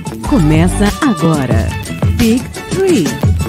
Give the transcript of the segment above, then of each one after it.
Começa agora. Big Three.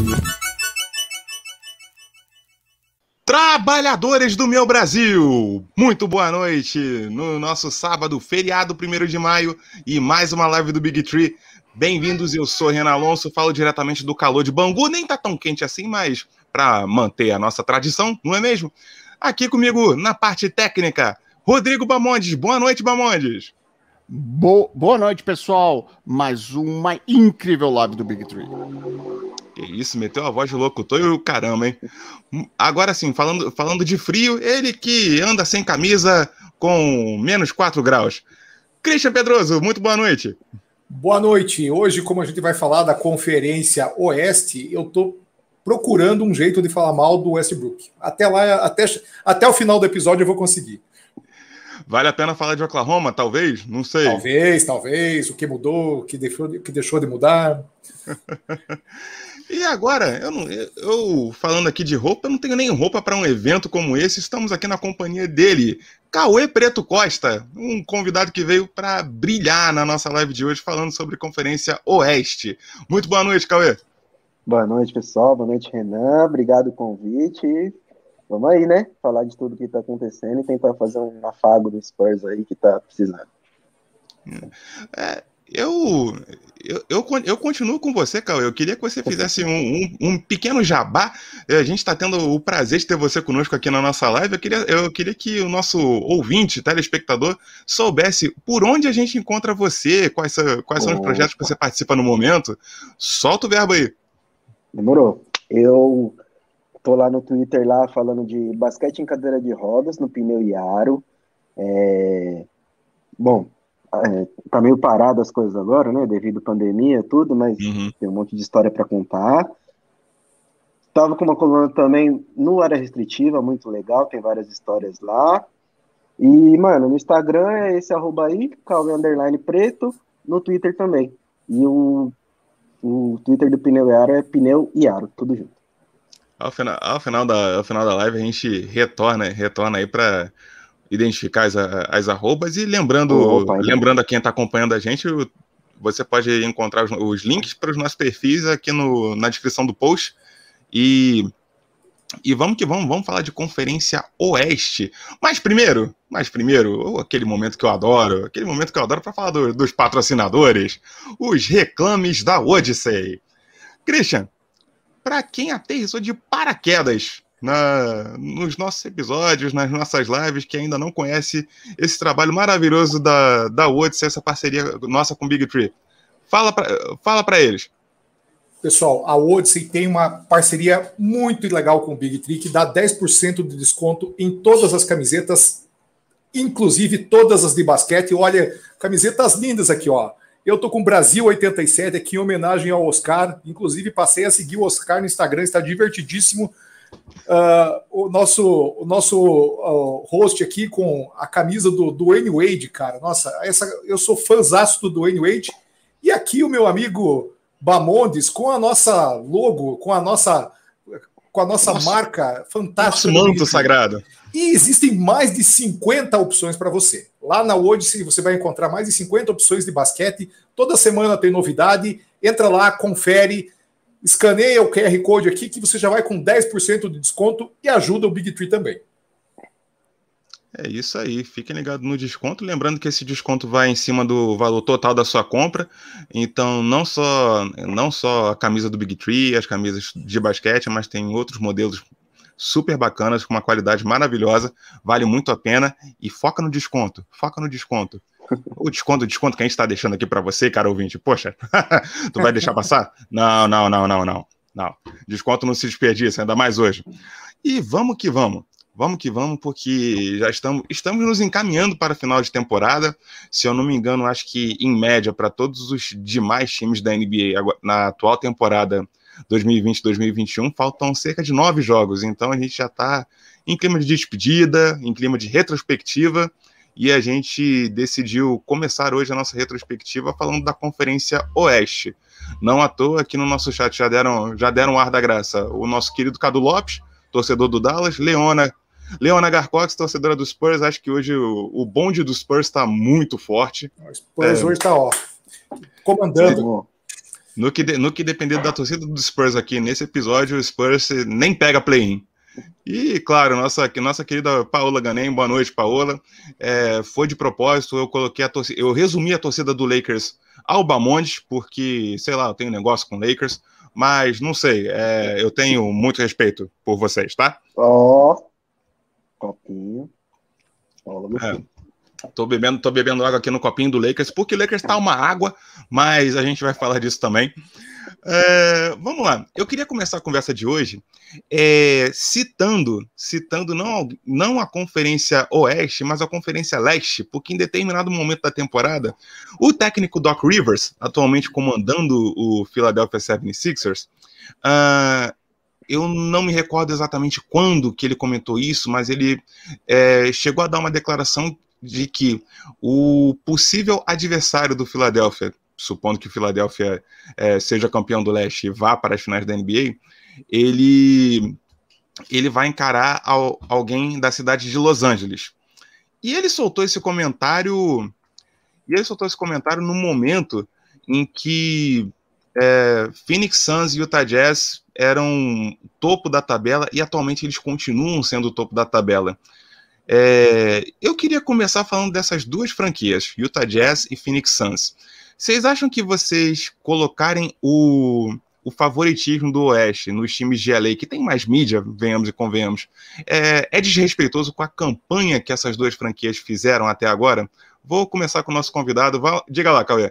Trabalhadores do meu Brasil, muito boa noite no nosso sábado, feriado 1º de maio e mais uma live do Big Three. Bem-vindos, eu sou Renan Alonso, falo diretamente do calor de Bangu, nem tá tão quente assim, mas para manter a nossa tradição, não é mesmo? Aqui comigo, na parte técnica, Rodrigo Bamondes. Boa noite, Bamondes. Boa noite, pessoal. Mais uma incrível live do Big Three. Que isso, meteu a voz de locutor e o caramba, hein? Agora sim, falando de frio, ele que anda sem camisa com menos 4 graus. Christian Pedroso, muito boa noite. Boa noite. Hoje, como a gente vai falar da Conferência Oeste, eu tô procurando um jeito de falar mal do Westbrook. Até lá, até o final do episódio eu vou conseguir. Vale a pena falar de Oklahoma, talvez? Não sei. Talvez. O que mudou, o que deixou de mudar. E agora, eu falando aqui de roupa, eu não tenho nem roupa para um evento como esse. Estamos aqui na companhia dele, Cauê Preto Costa, um convidado que veio para brilhar na nossa live de hoje, falando sobre Conferência Oeste. Muito boa noite, Cauê. Boa noite, pessoal. Boa noite, Renan. Obrigado pelo convite. Vamos aí, né? Falar de tudo que está acontecendo e tentar fazer um afago do Spurs aí que está precisando. Eu continuo com você, Cauê. Eu queria que você fizesse um pequeno jabá. A gente está tendo o prazer de ter você conosco aqui na nossa live. Eu queria que o nosso ouvinte, telespectador, soubesse por onde a gente encontra você, quais são os projetos que você participa no momento. Solta o verbo aí. Demorou. Eu tô lá no Twitter lá falando de basquete em cadeira de rodas no Pneu Iaro. Tá meio parado as coisas agora, né? Devido à pandemia e tudo, mas tem um monte de história para contar. Tava com uma coluna também no Área Restritiva, muito legal, tem várias histórias lá. E, mano, no Instagram é esse @ aí, Cauê_Preto, no Twitter também. E o Twitter do Pneu Iaro é Pneu Iaro, tudo junto. Ao final da live a gente retorna aí para identificar as arrobas e lembrando a quem está acompanhando a gente, você pode encontrar os links para os nossos perfis aqui na descrição do post e vamos que vamos falar de Conferência Oeste. Mas primeiro, aquele momento que eu adoro para falar dos patrocinadores, os reclames da Odyssey. Christian, para quem aterrissou de paraquedas nos nossos episódios, nas nossas lives, que ainda não conhece esse trabalho maravilhoso da Odyssey, essa parceria nossa com o Big Three, fala para eles. Pessoal, a Odyssey tem uma parceria muito legal com o Big Three, que dá 10% de desconto em todas as camisetas, inclusive todas as de basquete. Olha, camisetas lindas aqui, ó. Eu tô com Brasil 87 aqui em homenagem ao Oscar. Inclusive, passei a seguir o Oscar no Instagram, está divertidíssimo. O nosso host aqui com a camisa do Dwyane Wade, cara. Nossa, eu sou fãzaço do Dwyane Wade. E aqui o meu amigo Bamondes com a nossa logo, com a nossa marca fantástica. Nosso manto sagrado. E existem mais de 50 opções para você. Lá na Odyssey você vai encontrar mais de 50 opções de basquete. Toda semana tem novidade. Entra lá, confere, escaneia o QR Code aqui que você já vai com 10% de desconto e ajuda o Big Three também. É isso aí, fiquem ligados no desconto, lembrando que esse desconto vai em cima do valor total da sua compra, então não só a camisa do Big Three, as camisas de basquete, mas tem outros modelos super bacanas, com uma qualidade maravilhosa, vale muito a pena, e foca no desconto. O desconto que a gente está deixando aqui para você, cara ouvinte, poxa, tu vai deixar passar? Não. Desconto não se desperdiça, ainda mais hoje. E vamos que vamos, porque já estamos nos encaminhando para a final de temporada. Se eu não me engano, acho que em média, para todos os demais times da NBA na atual temporada 2020-2021, faltam cerca de 9 jogos, então a gente já está em clima de despedida, em clima de retrospectiva, e a gente decidiu começar hoje a nossa retrospectiva falando da Conferência Oeste. Não à toa, aqui no nosso chat já deram um ar da graça o nosso querido Cadu Lopes, torcedor do Dallas, Leona Garcox, torcedora do Spurs. Acho que hoje o bonde do Spurs está muito forte. O Spurs hoje está, ó, comandando. No que depender da torcida do Spurs aqui, nesse episódio, o Spurs nem pega play-in. E, claro, nossa querida Paola Ganem, boa noite, Paola. Foi de propósito, eu resumi a torcida do Lakers ao Bamondes, porque, sei lá, eu tenho negócio com Lakers, mas não sei, eu tenho muito respeito por vocês, tá? Copinho. Tô bebendo água aqui no copinho do Lakers, porque o Lakers tá uma água, mas a gente vai falar disso também. Vamos lá, eu queria começar a conversa de hoje citando não a Conferência Oeste, mas a Conferência Leste, porque em determinado momento da temporada, o técnico Doc Rivers, atualmente comandando o Philadelphia 76ers, eu não me recordo exatamente quando que ele comentou isso, mas ele chegou a dar uma declaração de que o possível adversário do Philadelphia, supondo que o Philadelphia seja campeão do leste e vá para as finais da NBA, ele vai encarar alguém da cidade de Los Angeles. E ele soltou esse comentário no momento em que Phoenix Suns e Utah Jazz eram topo da tabela e atualmente eles continuam sendo o topo da tabela. Eu queria começar falando dessas duas franquias, Utah Jazz e Phoenix Suns. Vocês acham que vocês colocarem o favoritismo do Oeste nos times de LA, que tem mais mídia, venhamos e convenhamos, é desrespeitoso com a campanha que essas duas franquias fizeram até agora? Vou começar com o nosso convidado. Diga lá, Cauê.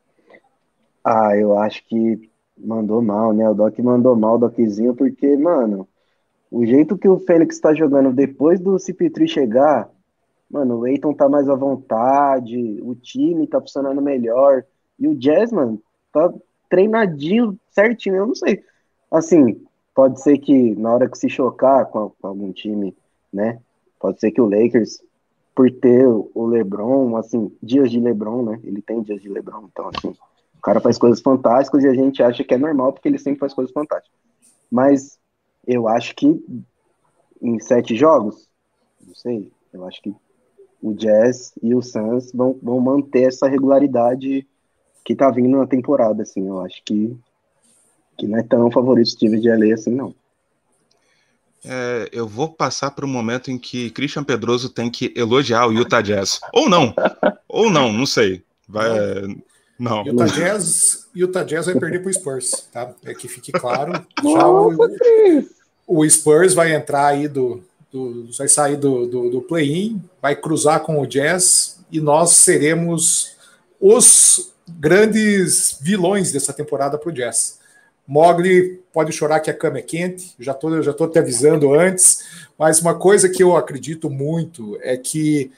Eu acho que mandou mal, né? O Doc mandou mal, o Doczinho, porque, mano, o jeito que o Fênix tá jogando depois do CP3 chegar, mano, o Ayton tá mais à vontade, o time tá funcionando melhor, e o Jazz, mano, tá treinadinho, certinho, eu não sei. Assim, pode ser que na hora que se chocar com algum time, né, pode ser que o Lakers, por ter o LeBron, assim, dias de LeBron, né, ele tem dias de LeBron, então, assim, o cara faz coisas fantásticas e a gente acha que é normal porque ele sempre faz coisas fantásticas. Mas eu acho que em 7 jogos, não sei, eu acho que o Jazz e o Suns vão manter essa regularidade que tá vindo na temporada, assim. Eu acho que não é tão favorito o time de LA assim, não. Eu vou passar para o momento em que Christian Pedroso tem que elogiar o Utah Jazz. Ou não sei. Não. Utah Jazz vai perder pro Spurs, tá? Que fique claro. Já o Spurs vai entrar aí vai sair do play-in, vai cruzar com o Jazz e nós seremos os grandes vilões dessa temporada pro Jazz. Mogli pode chorar que a cama é quente, já tô te avisando antes, mas uma coisa que eu acredito muito é que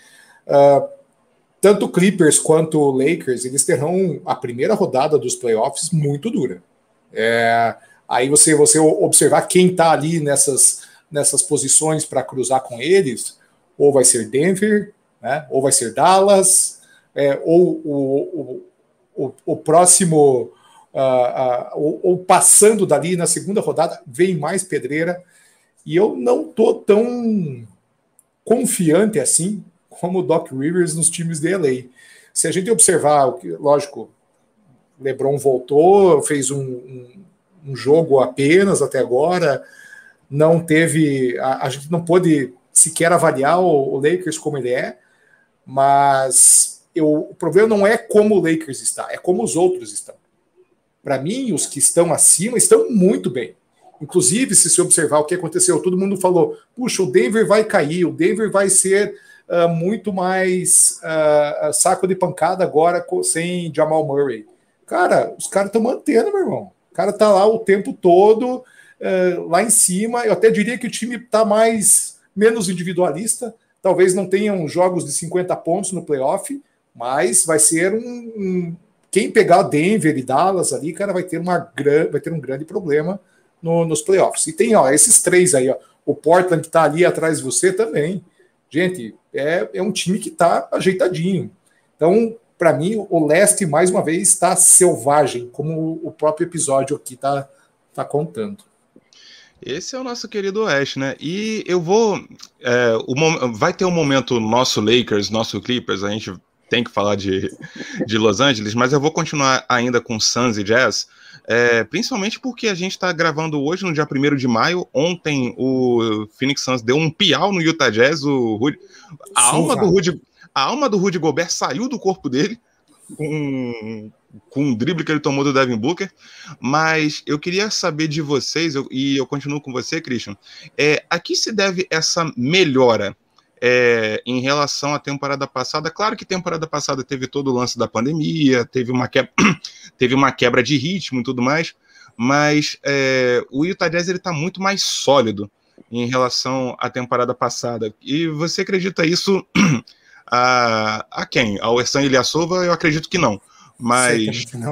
tanto o Clippers quanto o Lakers, eles terão a primeira rodada dos playoffs muito dura. Aí você observar quem está ali nessas posições para cruzar com eles, ou vai ser Denver, né, ou vai ser Dallas, ou o próximo, ou passando dali na segunda rodada, vem mais pedreira, e eu não estou tão confiante assim como o Doc Rivers nos times de LA. Se a gente observar, lógico, LeBron voltou, fez um jogo apenas até agora, não teve, a gente não pôde sequer avaliar o Lakers como ele é, mas o problema não é como o Lakers está, é como os outros estão. Para mim, os que estão acima estão muito bem. Inclusive, se você observar o que aconteceu, todo mundo falou, puxa, o Denver vai cair, o Denver vai ser muito mais saco de pancada agora sem Jamal Murray. Cara, os caras estão mantendo, meu irmão. O cara tá lá o tempo todo, lá em cima. Eu até diria que o time tá menos individualista. Talvez não tenham jogos de 50 pontos no playoff, mas vai ser quem pegar Denver e Dallas ali, cara, vai ter um grande problema nos playoffs. E tem esses três aí, o Portland que tá ali atrás de você também. Gente, é um time que tá ajeitadinho. Então, para mim, o leste, mais uma vez, está selvagem, como o próprio episódio aqui tá contando. Esse é o nosso querido Oeste, né? E eu vou... vai ter um momento nosso Lakers, nosso Clippers, a gente tem que falar de Los Angeles, mas eu vou continuar ainda com Suns e Jazz, principalmente porque a gente está gravando hoje, no dia 1º de maio. Ontem o Phoenix Suns deu um piau no Utah Jazz, a alma do Rudy Gobert saiu do corpo dele, com um drible que ele tomou do Devin Booker. Mas eu queria saber de vocês, e eu continuo com você, Christian, a que se deve essa melhora em relação à temporada passada? Claro que temporada passada teve todo o lance da pandemia, teve uma quebra de ritmo e tudo mais, mas o Utah Jazz está muito mais sólido em relação à temporada passada. E você acredita isso a quem? Ao Ersan Ilyasova? Eu acredito que não. Mas não.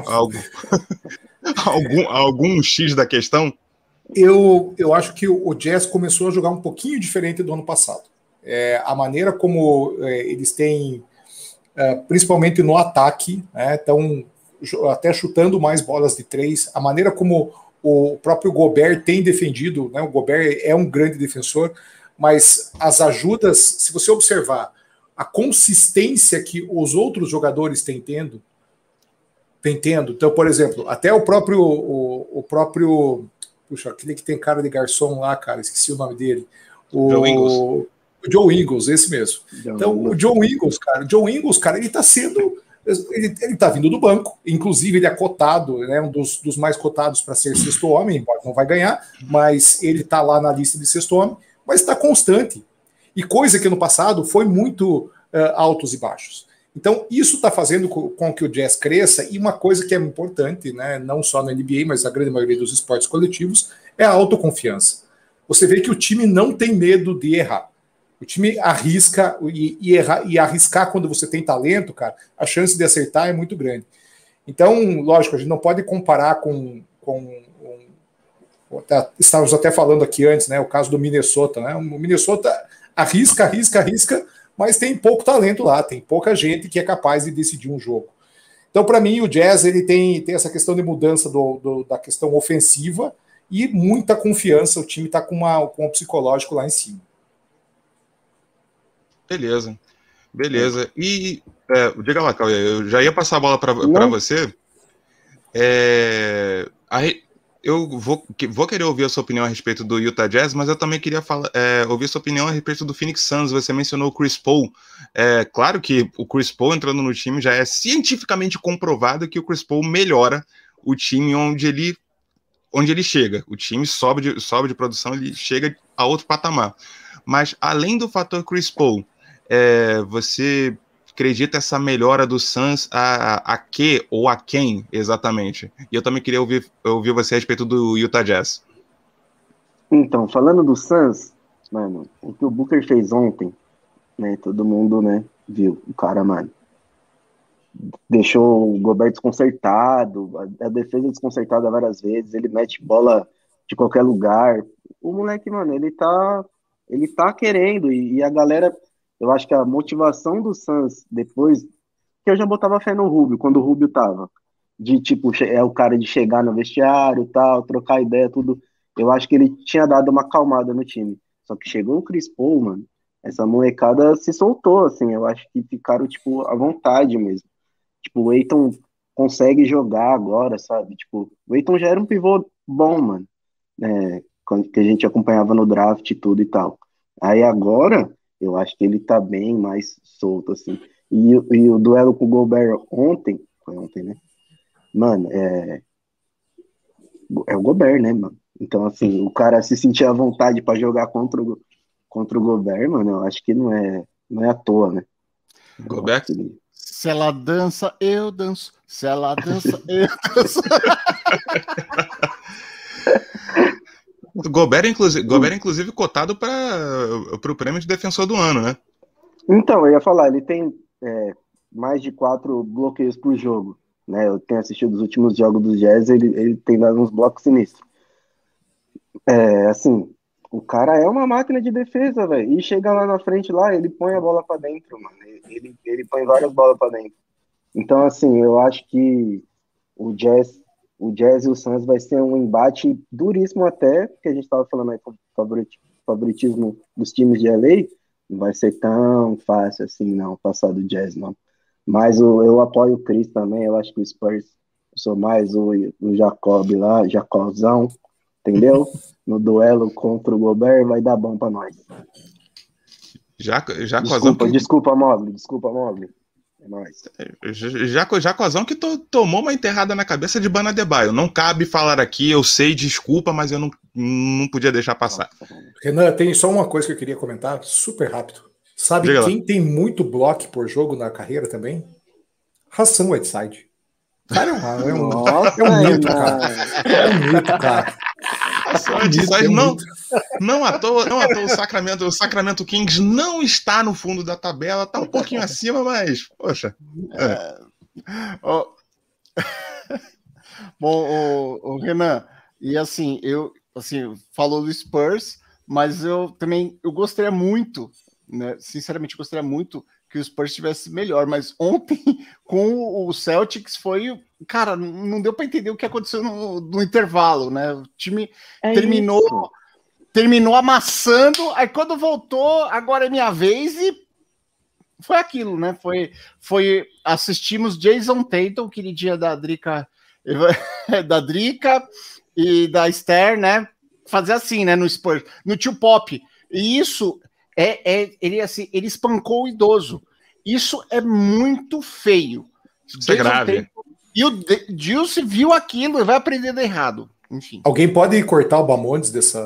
algum X da questão? Eu acho que o Jazz começou a jogar um pouquinho diferente do ano passado. A maneira como eles têm, principalmente no ataque, estão até chutando mais bolas de 3, a maneira como o próprio Gobert tem defendido, né? O Gobert é um grande defensor, mas as ajudas, se você observar a consistência que os outros jogadores têm tendo, então, por exemplo, até o próprio puxa, aquele que tem cara de garçom lá, cara, esqueci o nome dele, o Joe Ingles, esse mesmo. Então, o Joe Ingles, cara, ele tá sendo, ele tá vindo do banco, inclusive ele é cotado, né, um dos mais cotados para ser sexto homem, não vai ganhar, mas ele tá lá na lista de sexto homem, mas está constante. E coisa que no passado foi muito altos e baixos. Então, isso está fazendo com que o Jazz cresça, e uma coisa que é importante, né, não só na NBA, mas na grande maioria dos esportes coletivos, é a autoconfiança. Você vê que o time não tem medo de errar. O time arrisca e arriscar quando você tem talento, cara, a chance de acertar é muito grande. Então, lógico, a gente não pode comparar com estávamos até falando aqui antes, né, o caso do Minnesota, né? O Minnesota arrisca, mas tem pouco talento lá, tem pouca gente que é capaz de decidir um jogo. Então, para mim, o Jazz ele tem essa questão de mudança da questão ofensiva e muita confiança. O time está com um psicológico lá em cima. Beleza. E diga lá, Cauê, eu já ia passar a bola para você. Eu vou querer ouvir a sua opinião a respeito do Utah Jazz, mas eu também queria ouvir a sua opinião a respeito do Phoenix Suns. Você mencionou o Chris Paul. Claro que o Chris Paul entrando no time já é cientificamente comprovado que o Chris Paul melhora o time onde ele chega. O time sobe de produção, ele chega a outro patamar. Mas, além do fator Chris Paul, você acredita essa melhora do Suns a que ou a quem exatamente? E eu também queria ouvir você a respeito do Utah Jazz. Então, falando do Suns, mano, o que o Booker fez ontem, né, todo mundo, né, viu, o cara, mano, deixou o Gobert desconcertado, a defesa desconcertada várias vezes, ele mete bola de qualquer lugar. O moleque, mano, ele tá querendo, e a galera, eu acho que a motivação do Suns depois, que eu já botava fé no Rubio, quando o Rubio tava, de tipo, o cara de chegar no vestiário e tal, trocar ideia, tudo, eu acho que ele tinha dado uma acalmada no time. Só que chegou o Chris Paul, mano, essa molecada se soltou, assim, eu acho que ficaram, tipo, à vontade mesmo. Tipo, o Ayton consegue jogar agora, sabe? Tipo, o Ayton já era um pivô bom, mano, que a gente acompanhava no draft e tudo e tal. Aí agora, eu acho que ele tá bem mais solto, assim. E o duelo com o Gobert ontem, foi ontem, né? Mano, é o Gobert, né, mano? Então, assim, o cara se sentir à vontade pra jogar contra o Gobert, mano, eu acho que não é à toa, né? Gobert? Se ela dança, eu danço. Se ela dança, eu danço. Gobert, inclusive, cotado para o prêmio de defensor do ano, né? Então, eu ia falar, ele tem mais de 4 bloqueios por jogo, né? Eu tenho assistido os últimos jogos do Jazz, ele tem dado uns blocos sinistros. Assim, o cara é uma máquina de defesa, velho. E chega lá na frente, lá, ele põe a bola para dentro, mano. Ele põe várias bolas para dentro. Então, assim, eu acho que o Jazz e o Suns vai ser um embate duríssimo até, porque a gente estava falando aí do favoritismo dos times de LA, não vai ser tão fácil assim, não, passar do Jazz, não. Mas eu apoio o Chris também, eu acho que o Spurs, eu sou mais o Jacob lá, Jacozão, entendeu? No duelo contra o Gobert vai dar bom pra nós. Desculpa, Mogli. É nóis. Jacozão que tomou uma enterrada na cabeça de Bana Adebayo. Não cabe falar aqui, eu sei, desculpa, mas eu não podia deixar passar. Renan, tem só uma coisa que eu queria comentar, super rápido. Sabe quem tem muito bloco por jogo na carreira também? Hassan Whiteside. Cara, é um mito, cara. É um mito, cara. Não à toa o Sacramento Kings não está no fundo da tabela, está um pouquinho acima, mas, poxa. Bom, o Renan, e assim, falou do Spurs, mas eu gostaria muito, né, sinceramente, gostaria muito que o Spurs estivesse melhor, mas ontem com o Celtics foi, cara, não deu para entender o que aconteceu no intervalo, né? O time terminou amassando, aí quando voltou, agora é minha vez e foi aquilo, né? Assistimos Jason Tatum, queridinha da Drica e da Esther, né? Fazer assim, né? No Spurs, no Tio Pop. E isso ele espancou o idoso. Isso é muito feio. Isso é grave. E o Dilce viu aquilo e vai aprender errado. Enfim. Alguém pode cortar o Bamondes dessa...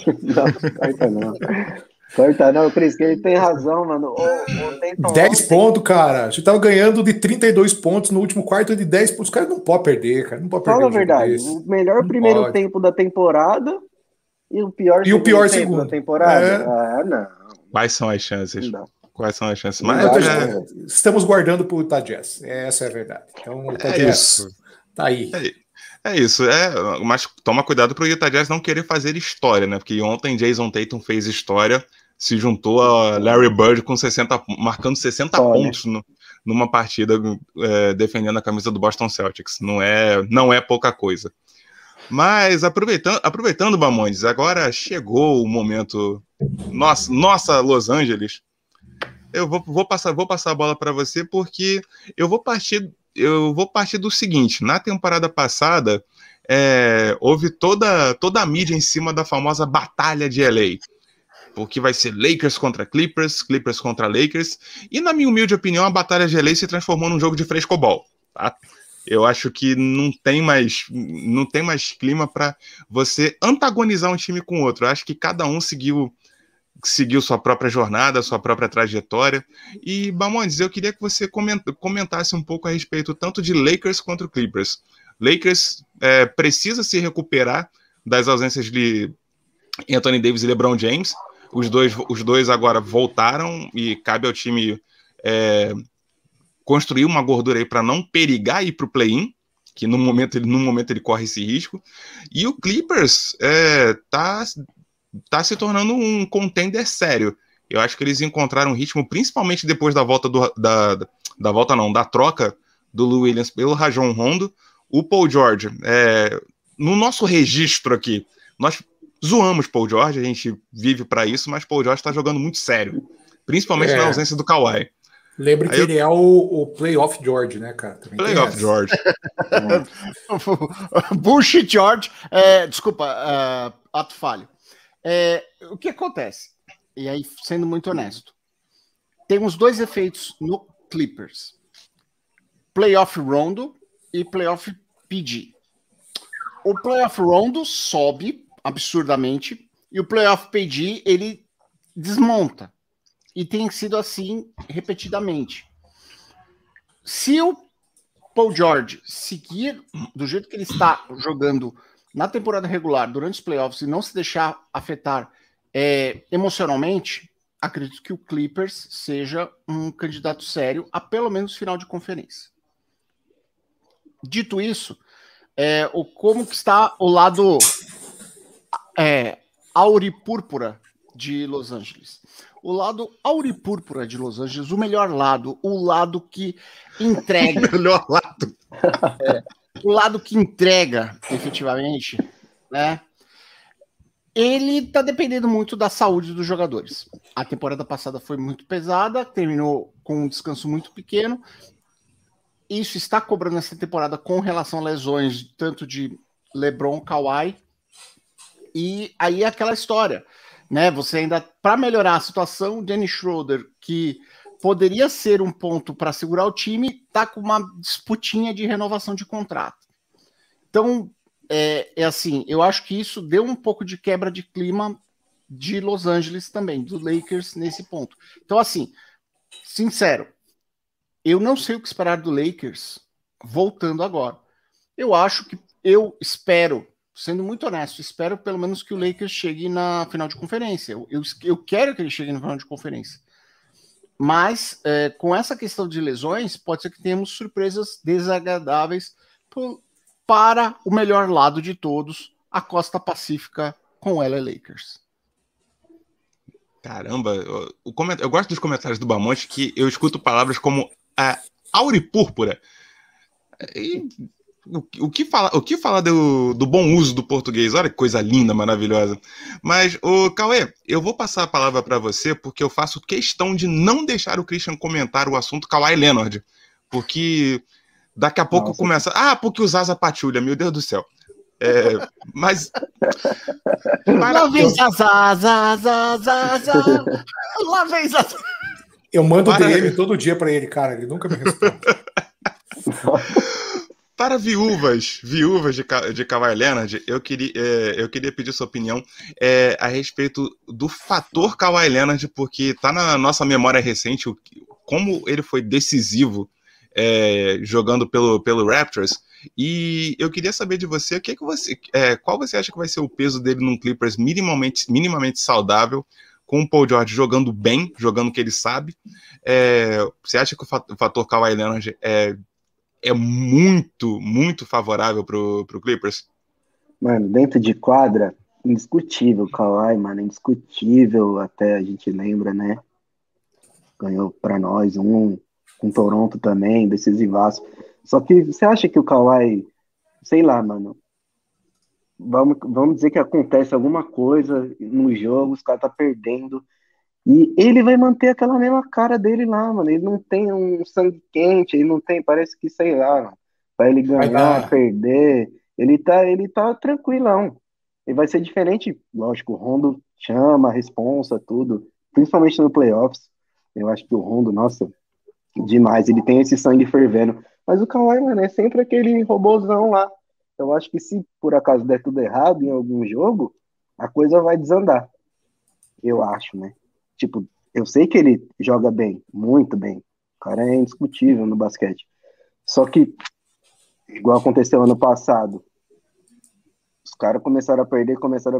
Corta não, Cris, que ele tem razão, mano. 10 pontos, cara. A gente tava ganhando de 32 pontos no último quarto de 10 pontos. Os caras não podem perder, cara. Não pode perder. Fala a verdade. O melhor primeiro tempo da temporada e o pior segundo da temporada. Não. Quais são as chances? Não. Quais são as chances? Estamos guardando pro Utah Jazz. Essa é a verdade. Então, o Utah Jazz tá aí. É isso. Mas toma cuidado pro Utah Jazz não querer fazer história, né? Porque ontem Jason Tatum fez história, se juntou a Larry Bird marcando 60 pontos numa partida defendendo a camisa do Boston Celtics. Não é pouca coisa. Mas aproveitando, Bamondes, agora chegou o momento. Nossa Los Angeles. Eu vou passar a bola para você porque eu vou partir do seguinte. Na temporada passada houve toda a mídia em cima da famosa batalha de LA, porque vai ser Lakers contra Clippers, Clippers contra Lakers, e na minha humilde opinião a batalha de LA se transformou num jogo de frescobol, tá? Eu acho que não tem mais clima para você antagonizar um time com o outro. Eu acho que cada um seguiu sua própria jornada, sua própria trajetória. E, Bamondes, eu queria que você comentasse um pouco a respeito tanto de Lakers quanto Clippers. Lakers precisa se recuperar das ausências de Anthony Davis e LeBron James. Os dois agora voltaram e cabe ao time construir uma gordura aí para não perigar ir para o play-in, que no momento ele corre esse risco. E o Clippers tá se tornando um contender sério. Eu acho que eles encontraram ritmo, principalmente depois da volta da troca do Lou Williams pelo Rajon Rondo. O Paul George, no nosso registro aqui, nós zoamos Paul George, a gente vive para isso, mas Paul George está jogando muito sério, principalmente na ausência do Kawhi. Lembra que ele é o Playoff George, né, cara? Playoff George. Bullshit George. Desculpa, ato falho. O que acontece? E aí, sendo muito honesto, temos dois efeitos no Clippers: Playoff Rondo e Playoff PG. O Playoff Rondo sobe absurdamente e o Playoff PG ele desmonta. E tem sido assim repetidamente. Se o Paul George seguir do jeito que ele está jogando na temporada regular, durante os playoffs, e não se deixar afetar emocionalmente, acredito que o Clippers seja um candidato sério a pelo menos final de conferência. Dito isso, como que está o lado auripúrpura de Los Angeles? O lado auripúrpura de Los Angeles, o melhor lado, o lado que entrega. O melhor lado. O lado que entrega, efetivamente, né? Ele tá dependendo muito da saúde dos jogadores. A temporada passada foi muito pesada, terminou com um descanso muito pequeno, isso está cobrando essa temporada com relação a lesões, tanto de LeBron, Kawhi, e aí é aquela história, né? Você ainda, para melhorar a situação, Dennis Schroeder, que poderia ser um ponto para segurar o time, tá com uma disputinha de renovação de contrato. Então, assim, eu acho que isso deu um pouco de quebra de clima de Los Angeles também, do Lakers nesse ponto. Então, assim, sincero, eu não sei o que esperar do Lakers voltando agora. Eu espero, sendo muito honesto, espero pelo menos que o Lakers chegue na final de conferência. Eu quero que ele chegue na final de conferência. Mas, com essa questão de lesões, pode ser que tenhamos surpresas desagradáveis para o melhor lado de todos, a Costa Pacífica com o LA Lakers. Caramba, eu gosto dos comentários do Bamonte, que eu escuto palavras como auripúrpura. E o que falar do bom uso do português? Olha que coisa linda, maravilhosa. Mas, Cauê, eu vou passar a palavra para você, porque eu faço questão de não deixar o Christian comentar o assunto Kawhi Leonard, porque daqui a pouco começa... porque o Zaza Pachulia, meu Deus do céu. Mas... Lá vem Zaza. Lá vem Zaza. Eu mando DM todo dia para ele, cara. Ele nunca me responde. Para viúvas de Kawhi Leonard, eu queria pedir sua opinião a respeito do fator Kawhi Leonard, porque está na nossa memória recente como ele foi decisivo jogando pelo Raptors. E eu queria saber de você, qual você acha que vai ser o peso dele num Clippers minimamente saudável, com o Paul George jogando bem, jogando o que ele sabe. Você acha que o fator Kawhi Leonard é muito, muito favorável pro Clippers? Mano, dentro de quadra, indiscutível o Kawhi, mano, indiscutível, até a gente lembra, né? Ganhou pra nós com Toronto também, decisivaço. Só que você acha que o Kawhi, sei lá, mano, vamos dizer que acontece alguma coisa no jogo, os caras tá perdendo, e ele vai manter aquela mesma cara dele lá, mano. Ele não tem um sangue quente, ele não tem, parece que, sei lá, mano, pra ele ganhar, perder, ele tá tranquilão. Ele vai ser diferente, lógico, o Rondo chama, responsa, tudo, principalmente no playoffs. Eu acho que o Rondo, nossa, demais, ele tem esse sangue fervendo. Mas o Kawhi, mano, é sempre aquele robôzão lá. Eu acho que se por acaso der tudo errado em algum jogo, a coisa vai desandar. Eu acho, né? Tipo, eu sei que ele joga bem, muito bem. O cara é indiscutível no basquete. Só que, igual aconteceu ano passado, os caras começaram a perder,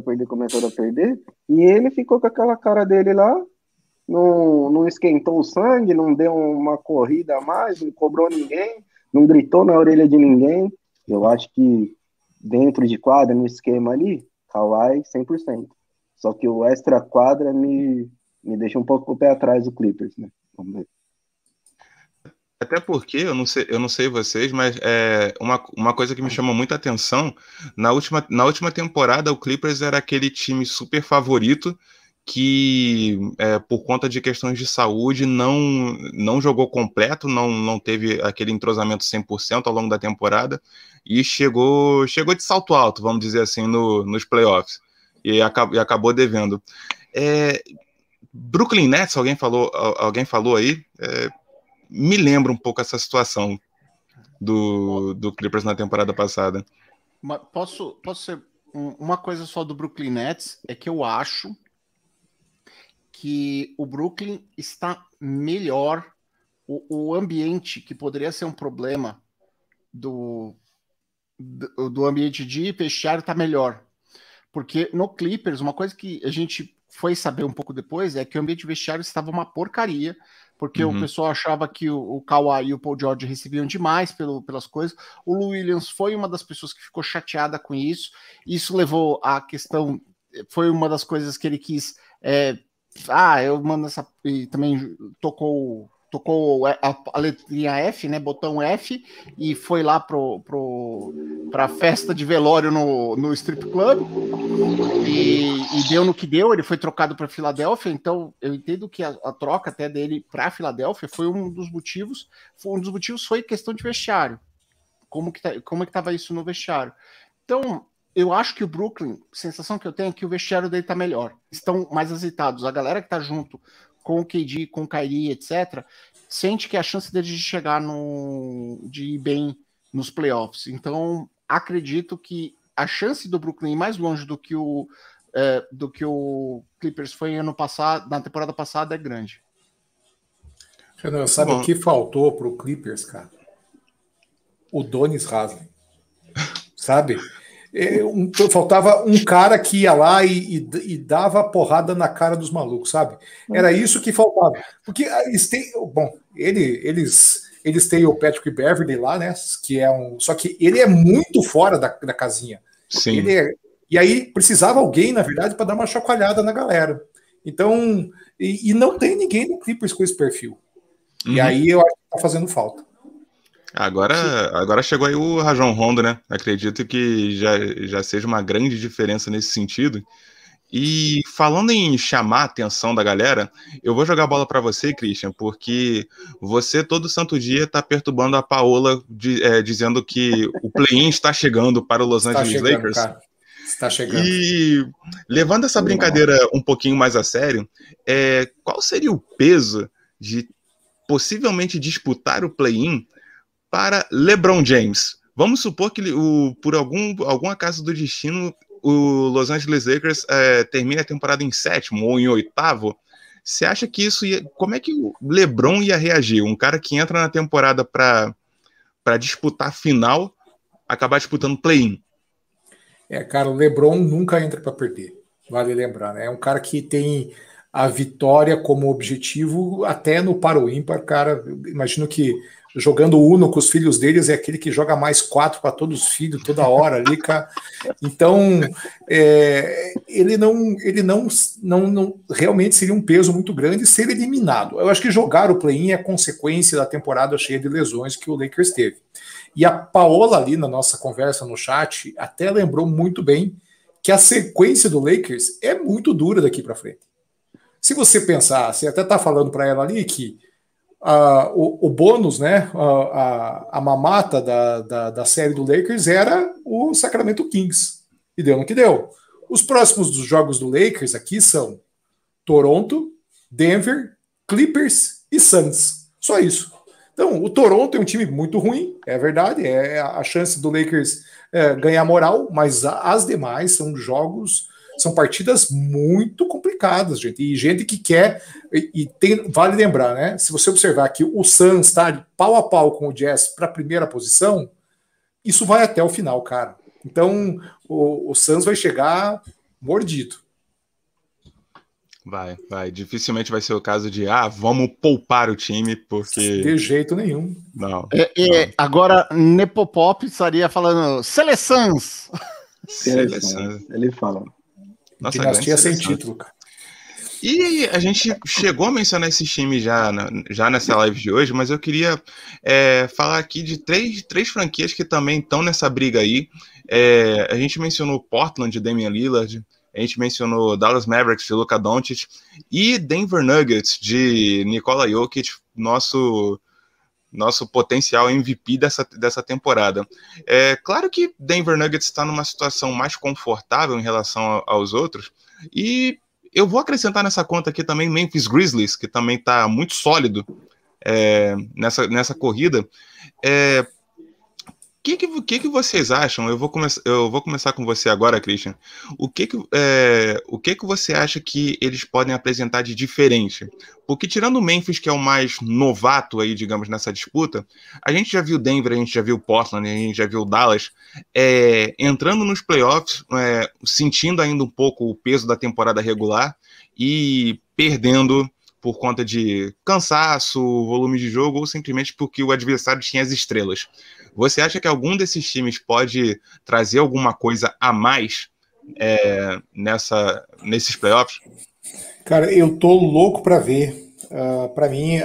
e ele ficou com aquela cara dele lá, não esquentou o sangue, não deu uma corrida a mais, não cobrou ninguém, não gritou na orelha de ninguém. Eu acho que dentro de quadra, no esquema ali, Kawhi 100%. Só que o extra quadra me deixa um pouco o pé atrás do Clippers, né? Vamos ver. Até porque, eu não sei vocês, mas uma coisa que me chamou muita atenção, na última temporada o Clippers era aquele time super favorito que, por conta de questões de saúde, não jogou completo, não teve aquele entrosamento 100% ao longo da temporada, e chegou de salto alto, vamos dizer assim, nos playoffs, e acabou devendo. Brooklyn Nets, alguém falou aí, me lembra um pouco essa situação do Clippers na temporada passada. Posso ser uma coisa só do Brooklyn Nets, é que eu acho que o Brooklyn está melhor, o ambiente que poderia ser um problema do ambiente de vestiário está melhor, porque no Clippers, uma coisa que a gente foi saber um pouco depois é que o ambiente vestiário estava uma porcaria, porque o pessoal achava que o Kawhi e o Paul George recebiam demais pelas coisas. O Lou Williams foi uma das pessoas que ficou chateada com isso. Isso levou à questão, foi uma das coisas que ele quis. Eu mando essa. E também tocou tocou a letrinha F, né, botão F, e foi lá pra festa de velório no strip club, e deu no que deu, ele foi trocado para Filadélfia, então eu entendo que a troca até dele para Filadélfia foi um dos motivos foi questão de vestiário, como que estava isso no vestiário. Então, eu acho que o Brooklyn, a sensação que eu tenho é que o vestiário dele tá melhor, estão mais azeitados, a galera que tá junto com o KD, com o Kyrie, etc., sente que a chance dele de chegar de ir bem nos playoffs. Então, acredito que a chance do Brooklyn ir mais longe do que o Clippers foi ano passado, na temporada passada, é grande. Renan, sabe o que faltou pro Clippers, cara? O Donis Haslem. Sabe? Faltava um cara que ia lá e dava porrada na cara dos malucos, sabe? Era isso que faltava. Porque eles têm. Bom, eles têm o Patrick Beverley lá, né? Que é só que ele é muito fora da casinha. Sim. E aí precisava alguém, na verdade, para dar uma chacoalhada na galera. Então, e não tem ninguém no Clippers com esse perfil. E aí eu acho que tá fazendo falta. Agora chegou aí o Rajon Rondo, né? Acredito que já seja uma grande diferença nesse sentido. E falando em chamar a atenção da galera, eu vou jogar a bola para você, Christian, porque você todo santo dia tá perturbando a Paola dizendo que o play-in está chegando para o Los Angeles Lakers. Cara. Está chegando. E levando essa brincadeira um pouquinho mais a sério, qual seria o peso de possivelmente disputar o play-in para LeBron James? Vamos supor que por algum acaso do destino o Los Angeles Lakers termine a temporada em 7º ou em 8º. Você acha que como é que o LeBron ia reagir? Um cara que entra na temporada para disputar a final, acabar disputando play-in. Cara, o LeBron nunca entra para perder, vale lembrar, né? É um cara que tem a vitória como objetivo até no par ou ímpar, cara. Imagino que jogando Uno com os filhos deles é aquele que joga mais 4 para todos os filhos toda hora ali, cara. Então, ele não realmente seria um peso muito grande ser eliminado. Eu acho que jogar o play-in é consequência da temporada cheia de lesões que o Lakers teve. E a Paola ali na nossa conversa no chat até lembrou muito bem que a sequência do Lakers é muito dura daqui para frente. Se você pensar, você até está falando para ela ali que o bônus, né, a mamata da série do Lakers era o Sacramento Kings. E deu no que deu. Os próximos dos jogos do Lakers aqui são Toronto, Denver, Clippers e Suns. Só isso. Então, o Toronto é um time muito ruim, é verdade, é a chance do Lakers ganhar moral, mas as demais são partidas muito complicadas, gente. E gente que quer, vale lembrar, né? Se você observar que o Suns está de pau a pau com o Jazz para a primeira posição, isso vai até o final, cara. Então, o Suns vai chegar mordido. Vai. Dificilmente vai ser o caso de vamos poupar o time, porque... De jeito nenhum. Não. Agora, Nepopop estaria falando Seleções. Ele fala. Nossa, dinastia sem título, cara. E a gente chegou a mencionar esses times já nessa live de hoje, mas eu queria falar aqui de três franquias que também estão nessa briga aí. A gente mencionou Portland de Damian Lillard, a gente mencionou Dallas Mavericks de Luka Doncic e Denver Nuggets de Nikola Jokic, nosso potencial MVP dessa temporada. Claro que Denver Nuggets está numa situação mais confortável em relação aos outros, e eu vou acrescentar nessa conta aqui também Memphis Grizzlies, que também está muito sólido nessa corrida. O que vocês acham? Eu vou começar com você agora, Christian. O que você acha que eles podem apresentar de diferente? Porque tirando o Memphis, que é o mais novato aí, digamos, nessa disputa, a gente já viu Denver, a gente já viu Portland, a gente já viu Dallas entrando nos playoffs, sentindo ainda um pouco o peso da temporada regular e perdendo por conta de cansaço, volume de jogo, ou simplesmente porque o adversário tinha as estrelas. Você acha que algum desses times pode trazer alguma coisa a mais nesses playoffs? Cara, eu tô louco para ver Para mim,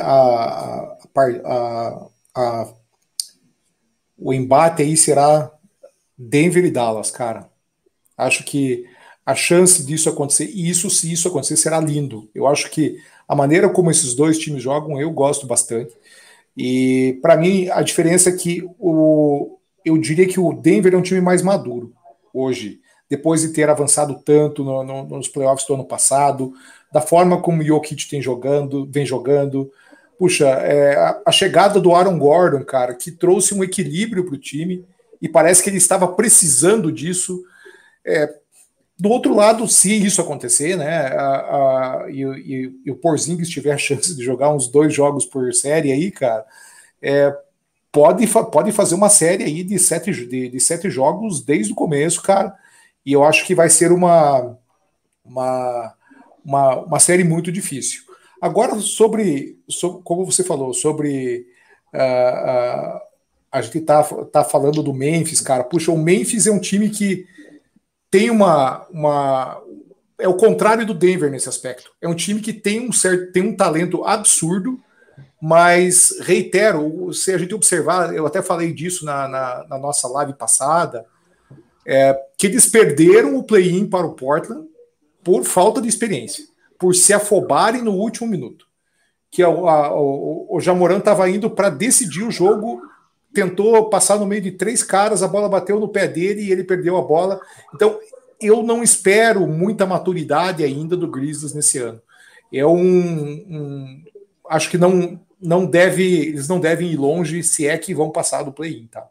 o embate aí será Denver e Dallas, cara. Acho que a chance disso acontecer, e se isso acontecer, será lindo. Eu acho que a maneira como esses dois times jogam, eu gosto bastante. E para mim, a diferença é que eu diria que o Denver é um time mais maduro hoje, depois de ter avançado tanto nos playoffs do ano passado, da forma como o Jokic vem jogando. Puxa, a chegada do Aaron Gordon, cara, que trouxe um equilíbrio para o time, e parece que ele estava precisando disso. Do outro lado, se isso acontecer, né, e o Porzingis tiver a chance de jogar uns 2 jogos por série aí, cara, pode fazer uma série aí de 7 jogos desde o começo, cara, e eu acho que vai ser uma série muito difícil. Agora, sobre como você falou, sobre a gente tá falando do Memphis, cara. Puxa, o Memphis é um time que tem é o contrário do Denver nesse aspecto. É um time que tem um talento absurdo, mas, reitero, se a gente observar, eu até falei disso na nossa live passada, que eles perderam o play-in para o Portland por falta de experiência, por se afobarem no último minuto. Que o Ja Morant estava indo para decidir o jogo, tentou passar no meio de 3 caras, a bola bateu no pé dele e ele perdeu a bola. Então, eu não espero muita maturidade ainda do Grizzlies nesse ano. Acho que eles não devem ir longe, se é que vão passar do play-in, tá?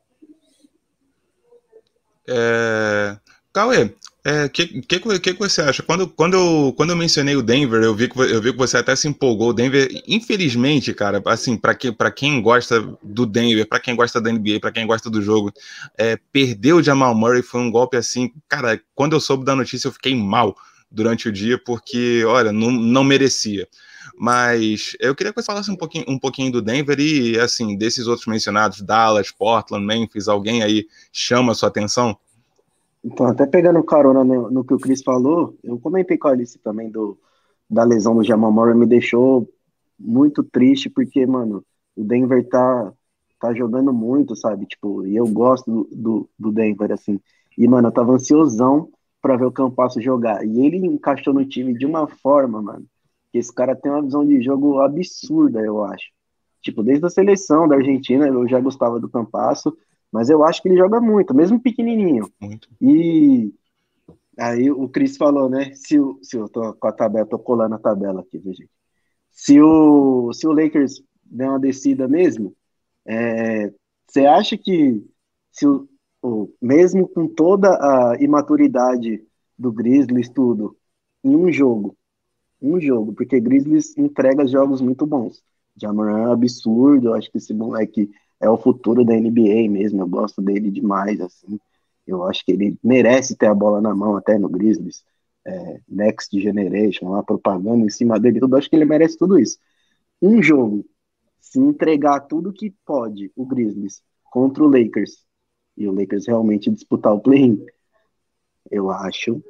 Cauê, que você acha? Quando eu mencionei o Denver, eu vi que você até se empolgou. O Denver, infelizmente, cara, assim, para quem gosta do Denver, para quem gosta da NBA, para quem gosta do jogo, perder o Jamal Murray foi um golpe assim, cara. Quando eu soube da notícia, eu fiquei mal durante o dia, porque, olha, não merecia. Mas eu queria que você falasse um pouquinho do Denver e, assim, desses outros mencionados, Dallas, Portland, Memphis, alguém aí chama a sua atenção? Então, até pegando carona no que o Chris falou, eu comentei com a Alice também da lesão do Jamal Murray, me deixou muito triste, porque, mano, o Denver tá jogando muito, sabe? Tipo, e eu gosto do Denver, assim. E, mano, eu tava ansiosão pra ver o Campasso jogar. E ele encaixou no time de uma forma, mano, que esse cara tem uma visão de jogo absurda, eu acho. Tipo, desde a seleção da Argentina, eu já gostava do Campasso, mas eu acho que ele joga muito, mesmo pequenininho. Muito. E aí o Chris falou, né? Se eu tô com a tabela, tô colando a tabela aqui, viu, gente? Se o Lakers der uma descida mesmo, você acha que mesmo com toda a imaturidade do Grizzlies, tudo, em um jogo, porque Grizzlies entrega jogos muito bons. Ja Morant é absurdo, eu acho que esse moleque é o futuro da NBA mesmo, eu gosto dele demais, assim. Eu acho que ele merece ter a bola na mão até no Grizzlies, Next Generation, uma propaganda em cima dele, tudo. Acho que ele merece tudo isso. Um jogo, se entregar tudo que pode o Grizzlies contra o Lakers, e o Lakers realmente disputar o play-in, eu acho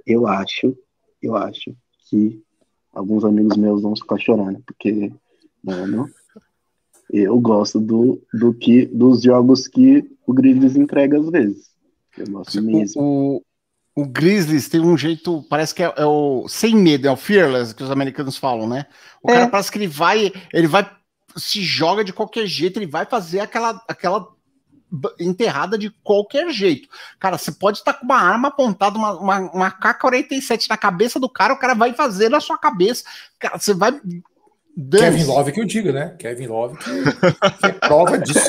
que alguns amigos meus vão ficar chorando, porque, mano, eu gosto dos jogos que o Grizzlies entrega às vezes. Eu gosto mesmo. O Grizzlies tem um jeito, parece que é o sem medo, é o fearless que os americanos falam, né? O cara parece que ele vai, se joga de qualquer jeito, ele vai fazer aquela enterrada de qualquer jeito. Cara, você pode estar com uma arma apontada, uma K-47 na cabeça do cara, o cara vai fazer na sua cabeça. Cara, você vai... Kevin Love que eu digo, né? Kevin Love que é prova disso.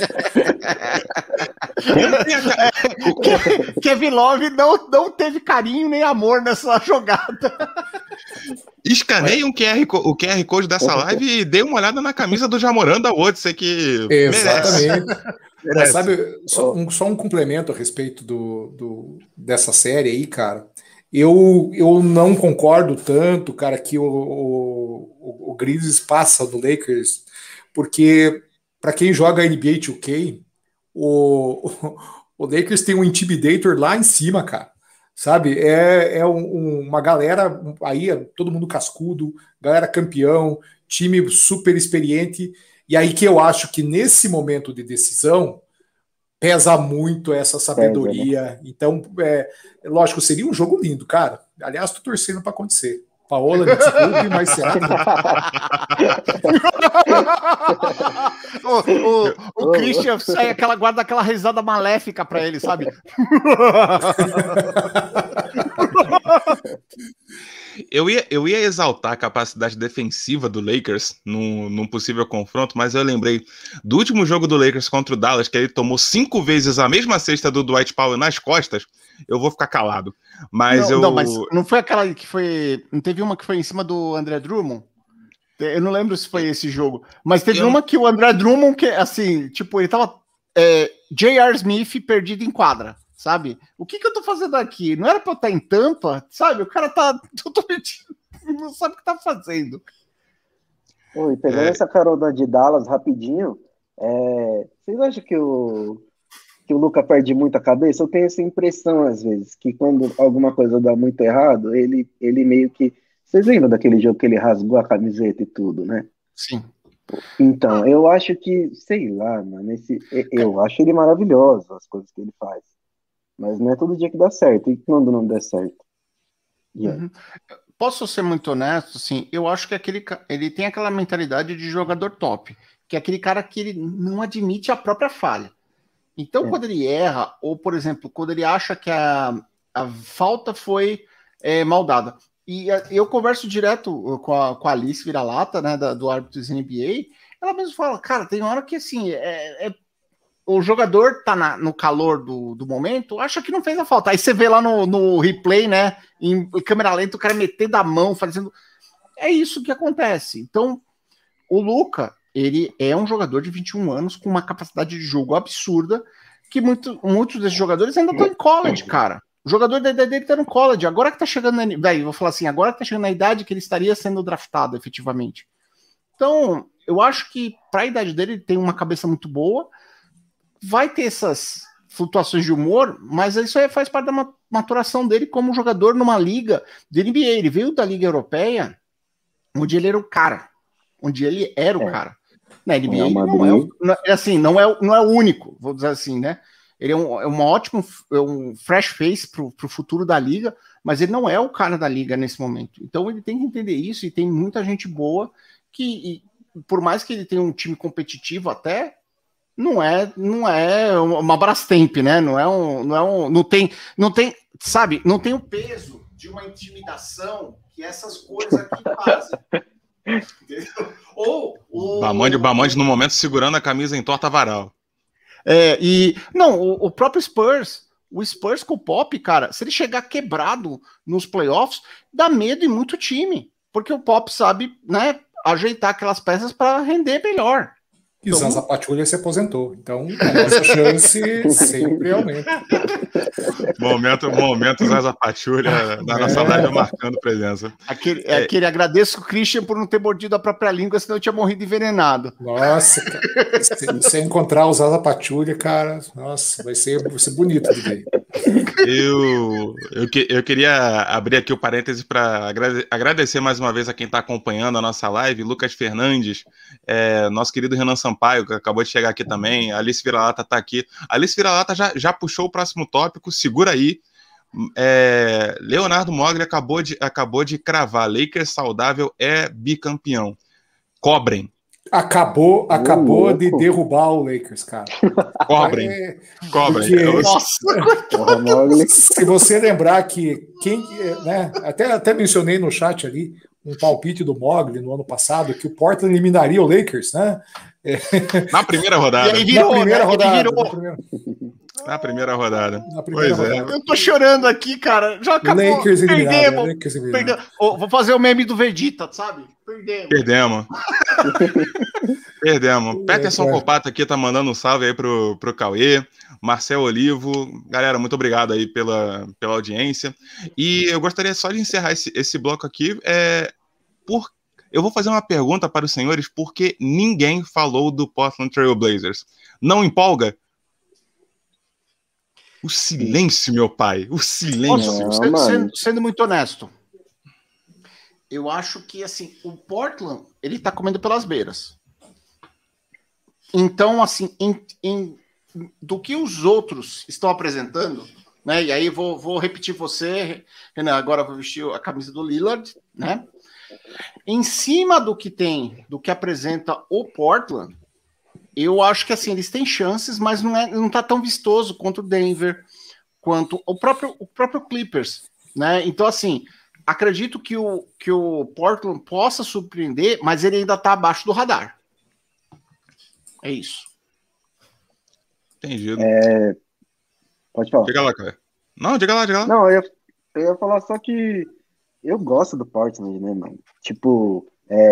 Kevin Love não teve carinho nem amor nessa jogada. Escaneie o QR Code dessa live e dê uma olhada na camisa do Ja Morant da Odyssey, que exatamente. Mas sabe, só um complemento a respeito dessa série aí, cara. Eu não concordo tanto, cara, que o Grizzlies passa do Lakers, porque para quem joga NBA 2K, o Lakers tem um Intimidator lá em cima, cara. Sabe? Uma galera aí, todo mundo cascudo, galera campeão, time super experiente, e aí que eu acho que nesse momento de decisão pesa muito essa sabedoria. Pesa, né? Então, lógico, seria um jogo lindo, cara. Aliás, tô torcendo para acontecer. Paola, me desculpe, mas será que... o Christian sai guarda aquela risada maléfica para ele, sabe? Eu ia exaltar a capacidade defensiva do Lakers num possível confronto, mas eu lembrei do último jogo do Lakers contra o Dallas, que ele tomou 5 vezes a mesma cesta do Dwight Powell nas costas. Eu vou ficar calado. Mas mas não foi aquela que foi... Não teve uma que foi em cima do André Drummond? Eu não lembro se foi esse jogo. Mas teve uma que o André Drummond, que assim, tipo, ele tava J.R. Smith perdido em quadra, sabe? O que eu tô fazendo aqui? Não era pra eu estar em Tampa, sabe? O cara tá totalmente... não sabe o que tá fazendo. Oi, pegando essa carona de Dallas rapidinho, vocês acham que o Luka perde muito a cabeça? Eu tenho essa impressão, às vezes, que quando alguma coisa dá muito errado, ele meio que... Vocês lembram daquele jogo que ele rasgou a camiseta e tudo, né? Sim. Então, eu acho que, sei lá, mano, eu acho ele maravilhoso, as coisas que ele faz. Mas não é todo dia que dá certo. E quando não der certo? Uhum. Posso ser muito honesto, assim, eu acho que ele tem aquela mentalidade de jogador top, que é aquele cara que ele não admite a própria falha. Então, quando ele erra, ou, por exemplo, quando ele acha que a falta foi mal dada. E eu converso direto com a Alice Vira-Lata, né, do Árbitros NBA, ela mesmo fala, cara, tem hora que, assim, o jogador tá no calor do momento, acha que não fez a falta. Aí você vê lá no replay, né, em câmera lenta, o cara metendo a mão, fazendo... É isso que acontece. Então, o Luka... ele é um jogador de 21 anos com uma capacidade de jogo absurda, que muitos desses jogadores ainda estão em college, cara. O jogador da idade dele tá no college. Agora que tá chegando vou falar assim, agora que tá chegando na idade que ele estaria sendo draftado, efetivamente. Então, eu acho que para a idade dele, ele tem uma cabeça muito boa, vai ter essas flutuações de humor, mas isso aí faz parte da maturação dele como jogador numa liga de NBA. Ele veio da Liga Europeia, onde ele era o cara. Cara. Na NBA não é o único, vou dizer assim, né? Ele é um ótimo, um fresh face pro futuro da liga, mas ele não é o cara da liga nesse momento. Então ele tem que entender isso, e tem muita gente boa que, por mais que ele tenha um time competitivo até, não é uma Brastemp, né? Não tem, sabe, não tem o peso de uma intimidação que essas coisas aqui fazem. Ou Bamonde no momento segurando a camisa em torta varal. O próprio Spurs, o Spurs com o Pop, cara, se ele chegar quebrado nos playoffs, dá medo em muito time, porque o Pop sabe, né, ajeitar aquelas peças para render melhor. E então, Zaza Pachulia se aposentou, então a nossa chance sempre aumenta. Momento Zaza Pachulia da nossa live marcando presença. Aquele agradeço o Christian por não ter mordido a própria língua, senão eu tinha morrido envenenado. Nossa, cara, se você encontrar o Zaza Pachulia, cara, nossa, vai ser bonito de ver. Eu queria abrir aqui o parêntese para agradecer mais uma vez a quem está acompanhando a nossa live, Lucas Fernandes, nosso querido Renan Sampaio, que acabou de chegar aqui também, a Alice Vira-Lata está aqui. A Alice Vira-Lata já puxou o próximo tópico, segura aí. Leonardo Mogli acabou de cravar, Lakers saudável é bicampeão. Cobrem. Acabou de derrubar o Lakers, cara. Cobrem. Nossa, se você lembrar que né, até mencionei no chat ali um palpite do Mogli no ano passado que o Portland eliminaria o Lakers, né? Na primeira rodada. E aí virou, Na primeira rodada. Eu tô chorando aqui, cara. Já acabou. Lakers perdemos. Vou fazer o meme do Vegeta, sabe? Perdemos. Peterson Copato aqui tá mandando um salve aí pro Cauê. Marcel Olivo. Galera, muito obrigado aí pela audiência. E eu gostaria só de encerrar esse bloco aqui. Eu vou fazer uma pergunta para os senhores, porque ninguém falou do Portland Trail Blazers. Não empolga? O silêncio, meu pai. O silêncio. Sendo muito honesto, eu acho que assim, o Portland, ele tá comendo pelas beiras. Então, assim, do que os outros estão apresentando, né? E aí vou repetir você, Renan, agora vou vestir a camisa do Lillard, né? Em cima do que apresenta o Portland, eu acho que assim, eles têm chances, mas não tá tão vistoso quanto o Denver, quanto o próprio Clippers, né? Então, assim, acredito que o Portland possa surpreender, mas ele ainda tá abaixo do radar. É isso. Entendido. Pode falar. Diga lá, cara. Não, diga lá. Não, eu ia falar só que eu gosto do Portland, né, mano? Tipo,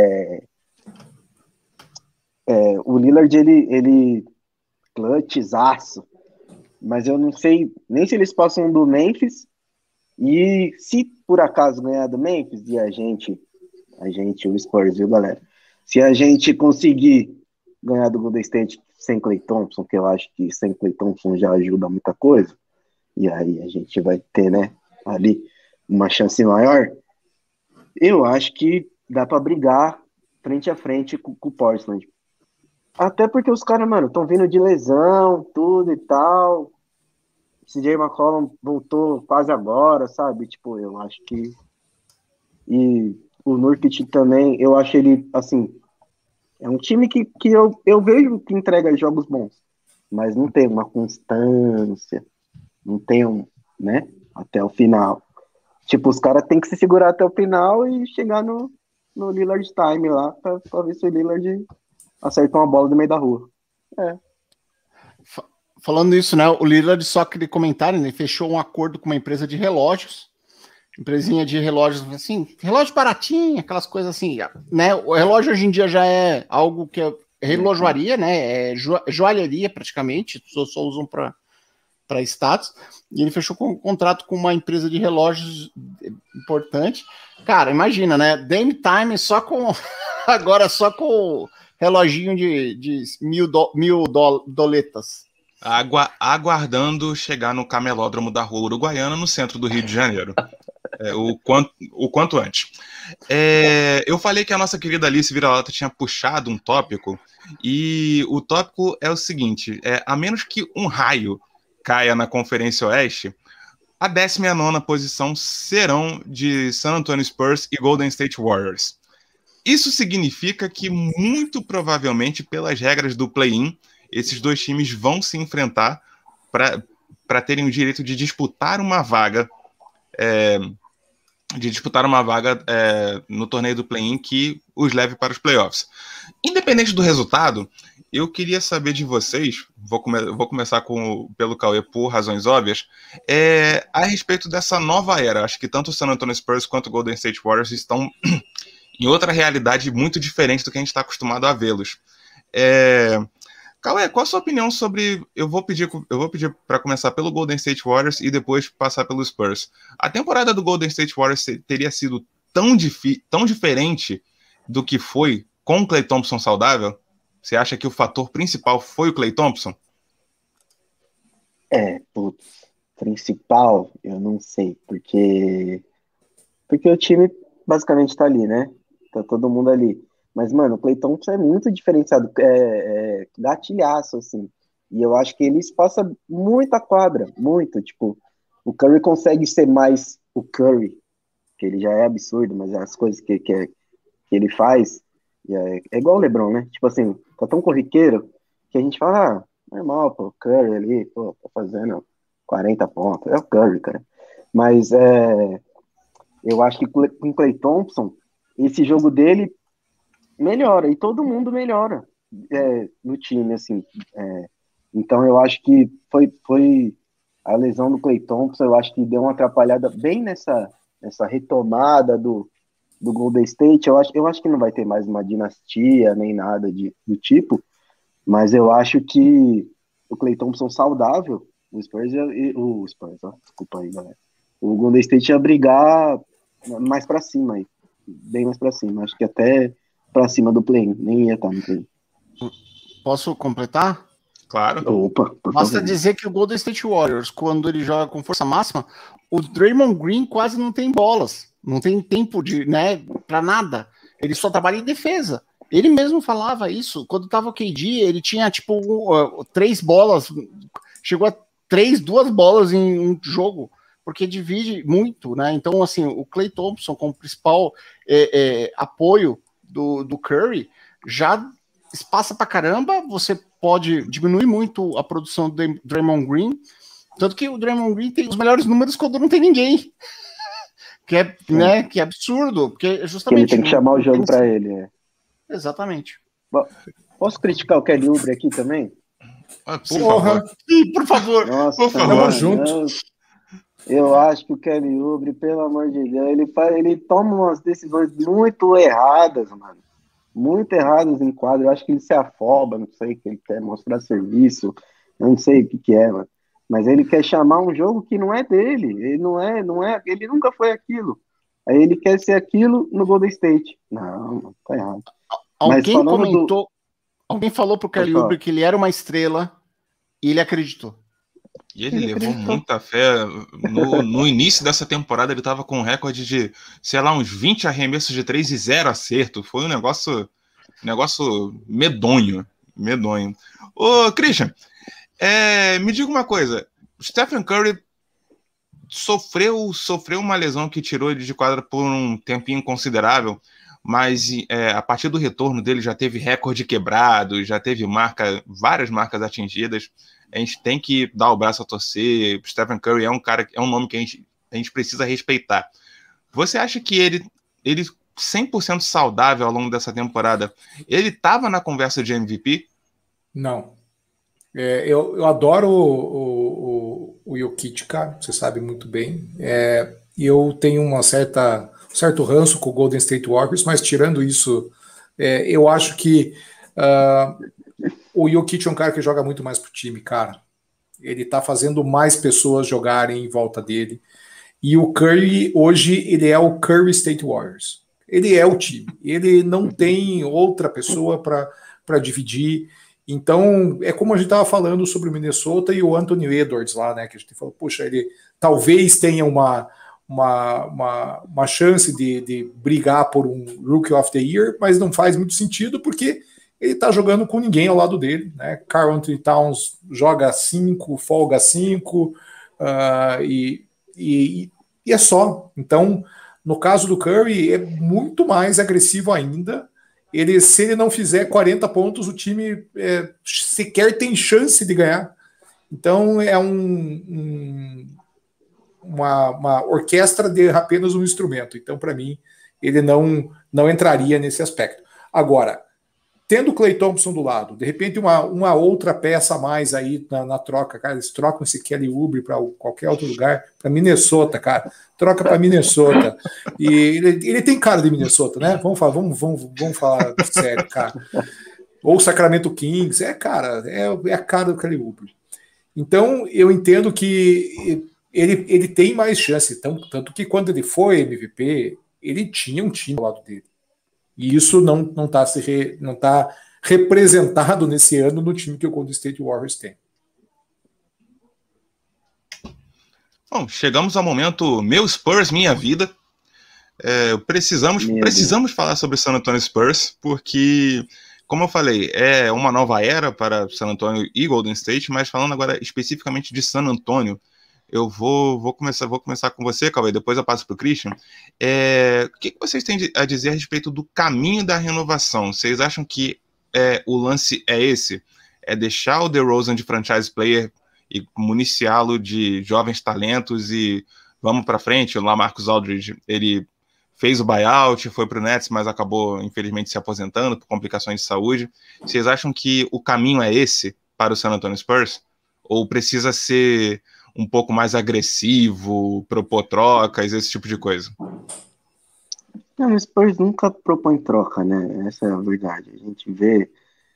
o Lillard, ele clutchzaço, mas eu não sei nem se eles passam do Memphis, e se por acaso ganhar do Memphis, e a gente, o Spurs, viu, galera? Se a gente conseguir ganhar do Golden State sem Klay Thompson, que eu acho que sem Klay Thompson já ajuda muita coisa, e aí a gente vai ter, né, ali uma chance maior, eu acho que dá pra brigar frente a frente com o Portland. Até porque os caras, mano, estão vindo de lesão, tudo e tal. CJ McCollum voltou quase agora, sabe? Tipo, eu acho que... E o Nurkic também, eu acho ele, assim... É um time que eu vejo que entrega jogos bons, mas não tem uma constância, não tem né? Até o final. Tipo, os caras têm que se segurar até o final e chegar no Lillard time lá, pra ver se o Lillard acerta uma bola do meio da rua. Falando isso, né? O Lillard, só aquele comentário, né? Ele fechou um acordo com uma empresa de relógios. Empresinha de relógios, assim, relógio baratinho, aquelas coisas assim, né? O relógio hoje em dia já é algo que é relojoaria, né? É joalheria praticamente, só usam para status. E ele fechou um contrato com uma empresa de relógios importante. Cara, imagina, né? Dame Time só com agora só com reloginho de mil doletas. Aguardando chegar no camelódromo da Rua Uruguaiana, no centro do Rio de Janeiro. O quanto antes. Eu falei que a nossa querida Alice Vira-Lata tinha puxado um tópico, e o tópico é o seguinte: a menos que um raio caia na Conferência Oeste, a 19ª posição serão de San Antonio Spurs e Golden State Warriors. Isso significa que, muito provavelmente, pelas regras do play-in, esses dois times vão se enfrentar para terem o direito de disputar uma vaga no torneio do play-in que os leve para os playoffs. Independente do resultado, eu queria saber de vocês, vou começar pelo Cauê por razões óbvias, a respeito dessa nova era. Acho que tanto o San Antonio Spurs quanto o Golden State Warriors estão em outra realidade muito diferente do que a gente está acostumado a vê-los. Cauê, qual a sua opinião sobre... Eu vou pedir para começar pelo Golden State Warriors e depois passar pelo Spurs. A temporada do Golden State Warriors teria sido tão diferente do que foi com o Klay Thompson saudável? Você acha que o fator principal foi o Klay Thompson? Principal, eu não sei, porque o time basicamente tá ali, né? Tá todo mundo ali. Mas, mano, o Klay Thompson é muito diferenciado, gatilhaço, assim. E eu acho que ele espaça muita quadra, muito. Tipo, o Curry consegue ser mais o Curry, que ele já é absurdo, mas as coisas que ele faz é igual o LeBron, né? Tipo assim, tá tão corriqueiro que a gente fala, normal, pô, o Curry ali, pô, tá fazendo 40 pontos. É o Curry, cara. Mas eu acho que com o Klay Thompson, esse jogo dele melhora, e todo mundo melhora no time, assim. Então eu acho que foi a lesão do Klay Thompson, eu acho que deu uma atrapalhada bem nessa retomada do Golden State. Eu acho que não vai ter mais uma dinastia, nem nada do tipo, mas eu acho que o Klay Thompson saudável, o Spurs, desculpa aí, galera. O Golden State ia brigar mais pra cima aí, bem mais pra cima, acho que até pra cima do play-in, nem ia estar no play-in. Posso completar? Claro. Opa, basta dizer que o Golden State Warriors, quando ele joga com força máxima, o Draymond Green quase não tem bolas. Não tem tempo para nada. Ele só trabalha em defesa. Ele mesmo falava isso. Quando tava o KD, ele tinha, 3 bolas. Chegou a 2 bolas em um jogo, porque divide muito, né? Então, assim, o Klay Thompson, como principal apoio do Curry, já espaça pra caramba. Você pode diminuir muito a produção do Draymond Green. Tanto que o Draymond Green tem os melhores números quando não tem ninguém. Que é absurdo, porque justamente... Ele tem que chamar o jogo para ele. Exatamente. Bom, posso criticar o Kelly Oubre aqui também? Por favor. Sim, por favor. Nossa, por favor. Junto. Eu acho que o Kelly Oubre, pelo amor de Deus, ele toma umas decisões muito erradas, mano. Muito erradas em quadro. Eu acho que ele se afoba, não sei, que ele quer mostrar serviço. Eu não sei o que é, mano. Mas ele quer chamar um jogo que não é dele. Ele não é, ele nunca foi aquilo. Aí ele quer ser aquilo no Golden State. Não, tá errado. Alguém comentou, alguém falou pro Kelly Oubre que ele era uma estrela e ele acreditou. E ele levou muita fé. No início dessa temporada ele tava com um recorde de, sei lá, uns 20 arremessos de 3 e 0 acerto. Foi um negócio medonho. Ô, Christian, me diga uma coisa. Stephen Curry sofreu uma lesão que tirou ele de quadra por um tempinho considerável, mas a partir do retorno dele já teve recorde quebrado, já teve várias marcas atingidas. A gente tem que dar o braço a torcer. Stephen Curry é um nome que a gente precisa respeitar. Você acha que ele 100% saudável ao longo dessa temporada, ele estava na conversa de MVP? Não. Eu adoro o Jokic, cara, você sabe muito bem. Eu tenho um certo ranço com o Golden State Warriors, mas tirando isso, eu acho que o Jokic é um cara que joga muito mais pro time, cara. Ele tá fazendo mais pessoas jogarem em volta dele. E o Curry, hoje, ele é o Curry State Warriors. Ele é o time. Ele não tem outra pessoa para dividir. Então, é como a gente estava falando sobre o Minnesota e o Anthony Edwards lá, né? Que a gente falou, poxa, ele talvez tenha uma chance de brigar por um Rookie of the Year, mas não faz muito sentido porque ele está jogando com ninguém ao lado dele, né? Karl Anthony Towns joga 5, folga 5, e é só. Então, no caso do Curry, é muito mais agressivo ainda. Se ele não fizer 40 pontos, o time sequer tem chance de ganhar. Então, é uma orquestra de apenas um instrumento. Então, para mim, ele não entraria nesse aspecto. Agora, tendo o Klay Thompson do lado, de repente uma outra peça a mais aí na troca, cara, eles trocam esse Kelly Oubre para qualquer outro lugar, para Minnesota, cara, troca para Minnesota, e ele tem cara de Minnesota, né? Vamos falar sério, cara. Ou Sacramento Kings, é a cara do Kelly Oubre. Então, eu entendo que ele tem mais chance, tanto que quando ele foi MVP, ele tinha um time ao lado dele. E isso não tá representado nesse ano no time que o Golden State Warriors tem. Bom, chegamos ao momento meu Spurs, minha vida. Precisamos falar sobre o San Antonio Spurs, porque, como eu falei, é uma nova era para San Antonio e Golden State, mas falando agora especificamente de San Antonio, eu vou começar com você, Cauê, depois eu passo para o Christian. O que vocês têm a dizer a respeito do caminho da renovação? Vocês acham que o lance é esse? É deixar o DeRozan de franchise player e municiá-lo de jovens talentos e vamos para frente? O LaMarcus Aldridge, ele fez o buyout, foi para o Nets, mas acabou, infelizmente, se aposentando por complicações de saúde. Vocês acham que o caminho é esse para o San Antonio Spurs? Ou precisa ser um pouco mais agressivo, propor trocas, esse tipo de coisa? Não, o Spurs nunca propõe troca, né? Essa é a verdade. A gente vê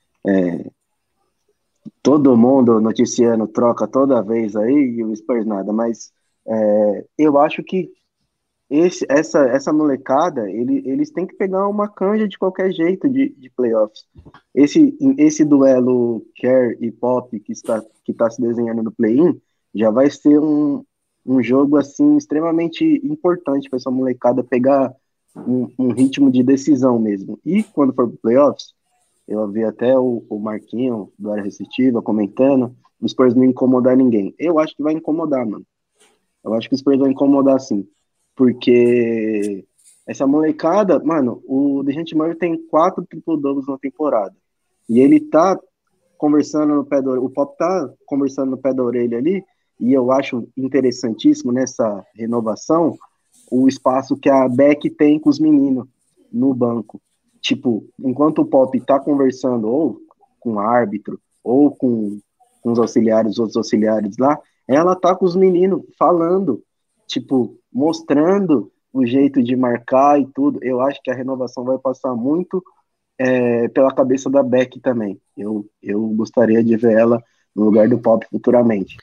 todo mundo noticiando troca toda vez aí e o Spurs nada, mas eu acho que essa molecada, eles têm que pegar uma canja de qualquer jeito de playoffs. Esse duelo Kerr e Pop que está se desenhando no play-in já vai ser um jogo assim extremamente importante para essa molecada pegar um ritmo de decisão mesmo. E quando for para playoffs, eu vi até o Marquinho do Área Restritiva comentando o Spurs não incomodar ninguém. Eu acho que vai incomodar, mano. Eu acho que o Spurs vai incomodar sim, porque essa molecada, mano, o DeJounte Murray tem 4 triple-doubles na temporada. E ele tá conversando no pé da orelha, o Pop tá conversando no pé da orelha ali, e eu acho interessantíssimo nessa renovação o espaço que a Beck tem com os meninos no banco. Tipo, enquanto o Pop tá conversando ou com o árbitro, ou com os auxiliares, outros auxiliares lá, ela tá com os meninos falando, tipo, mostrando o jeito de marcar e tudo. Eu acho que a renovação vai passar muito pela cabeça da Beck também. Eu gostaria de ver ela no lugar do Pop futuramente.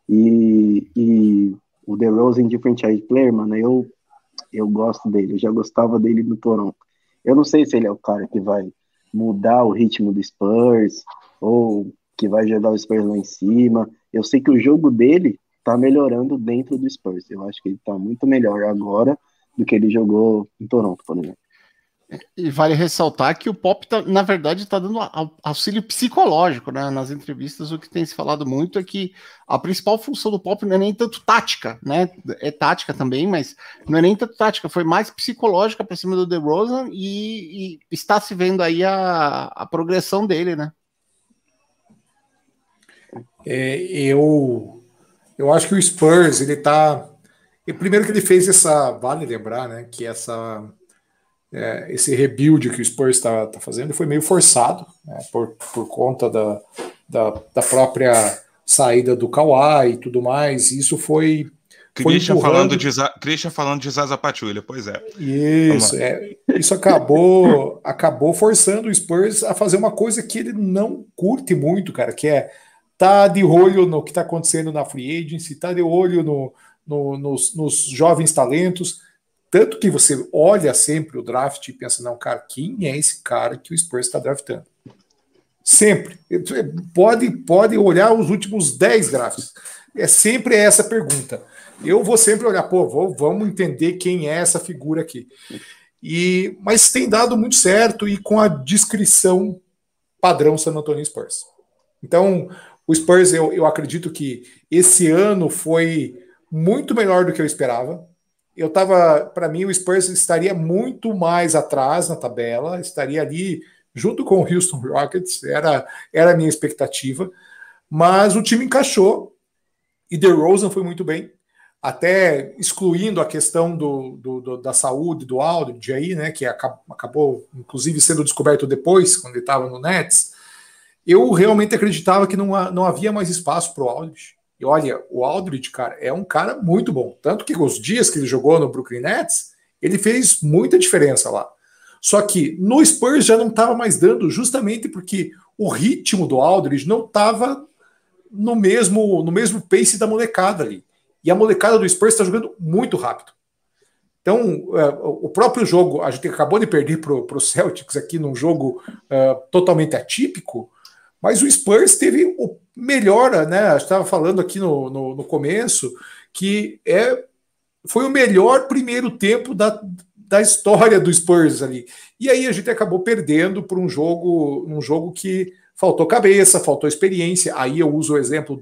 E o DeRozan de franchise player, mano, eu gosto dele. Eu já gostava dele no Toronto. Eu não sei se ele é o cara que vai mudar o ritmo do Spurs ou que vai jogar o Spurs lá em cima. Eu sei que o jogo dele tá melhorando dentro do Spurs. Eu acho que ele tá muito melhor agora do que ele jogou em Toronto, por exemplo. E vale ressaltar que o Pop, na verdade, está dando auxílio psicológico, né? Nas entrevistas, o que tem se falado muito é que a principal função do Pop não é nem tanto tática, né? É tática também, mas não é nem tanto tática, foi mais psicológica para cima do DeRozan e está se vendo aí a progressão dele, né? Eu acho que o Spurs, ele tá... Primeiro que ele fez vale lembrar, né, que esse rebuild que o Spurs está fazendo foi meio forçado, né, por conta da própria saída do Kawhi e tudo mais. Isso foi Christian falando de Zaza Pachulia, pois é. Isso acabou forçando o Spurs a fazer uma coisa que ele não curte muito, cara, que é tá de olho no que está acontecendo na free agency, tá de olho nos jovens talentos. Tanto que você olha sempre o draft e pensa, não, cara, quem é esse cara que o Spurs está draftando? Sempre. Pode olhar os últimos 10 drafts. É sempre essa pergunta. Eu vou sempre olhar, vamos entender quem é essa figura aqui. Mas tem dado muito certo e com a descrição padrão San Antonio Spurs. Então, o Spurs, eu acredito que esse ano foi muito melhor do que eu esperava. Para mim, o Spurs estaria muito mais atrás na tabela, estaria ali junto com o Houston Rockets, era a minha expectativa, mas o time encaixou e DeRozan foi muito bem, até excluindo a questão da saúde do Aldridge aí, né, que acabou inclusive sendo descoberto depois, quando ele estava no Nets. Eu realmente acreditava que não havia mais espaço para o Aldridge. E olha, o Aldridge, cara, é um cara muito bom. Tanto que os dias que ele jogou no Brooklyn Nets, ele fez muita diferença lá. Só que no Spurs já não estava mais dando, justamente porque o ritmo do Aldridge não estava no mesmo pace da molecada ali. E a molecada do Spurs está jogando muito rápido. Então, o próprio jogo, a gente acabou de perder para o Celtics aqui num jogo totalmente atípico, mas o Spurs teve o melhor, né? A gente estava falando aqui no começo que foi o melhor primeiro tempo da história do Spurs ali. E aí a gente acabou perdendo por um jogo que faltou cabeça, faltou experiência. Aí eu uso o exemplo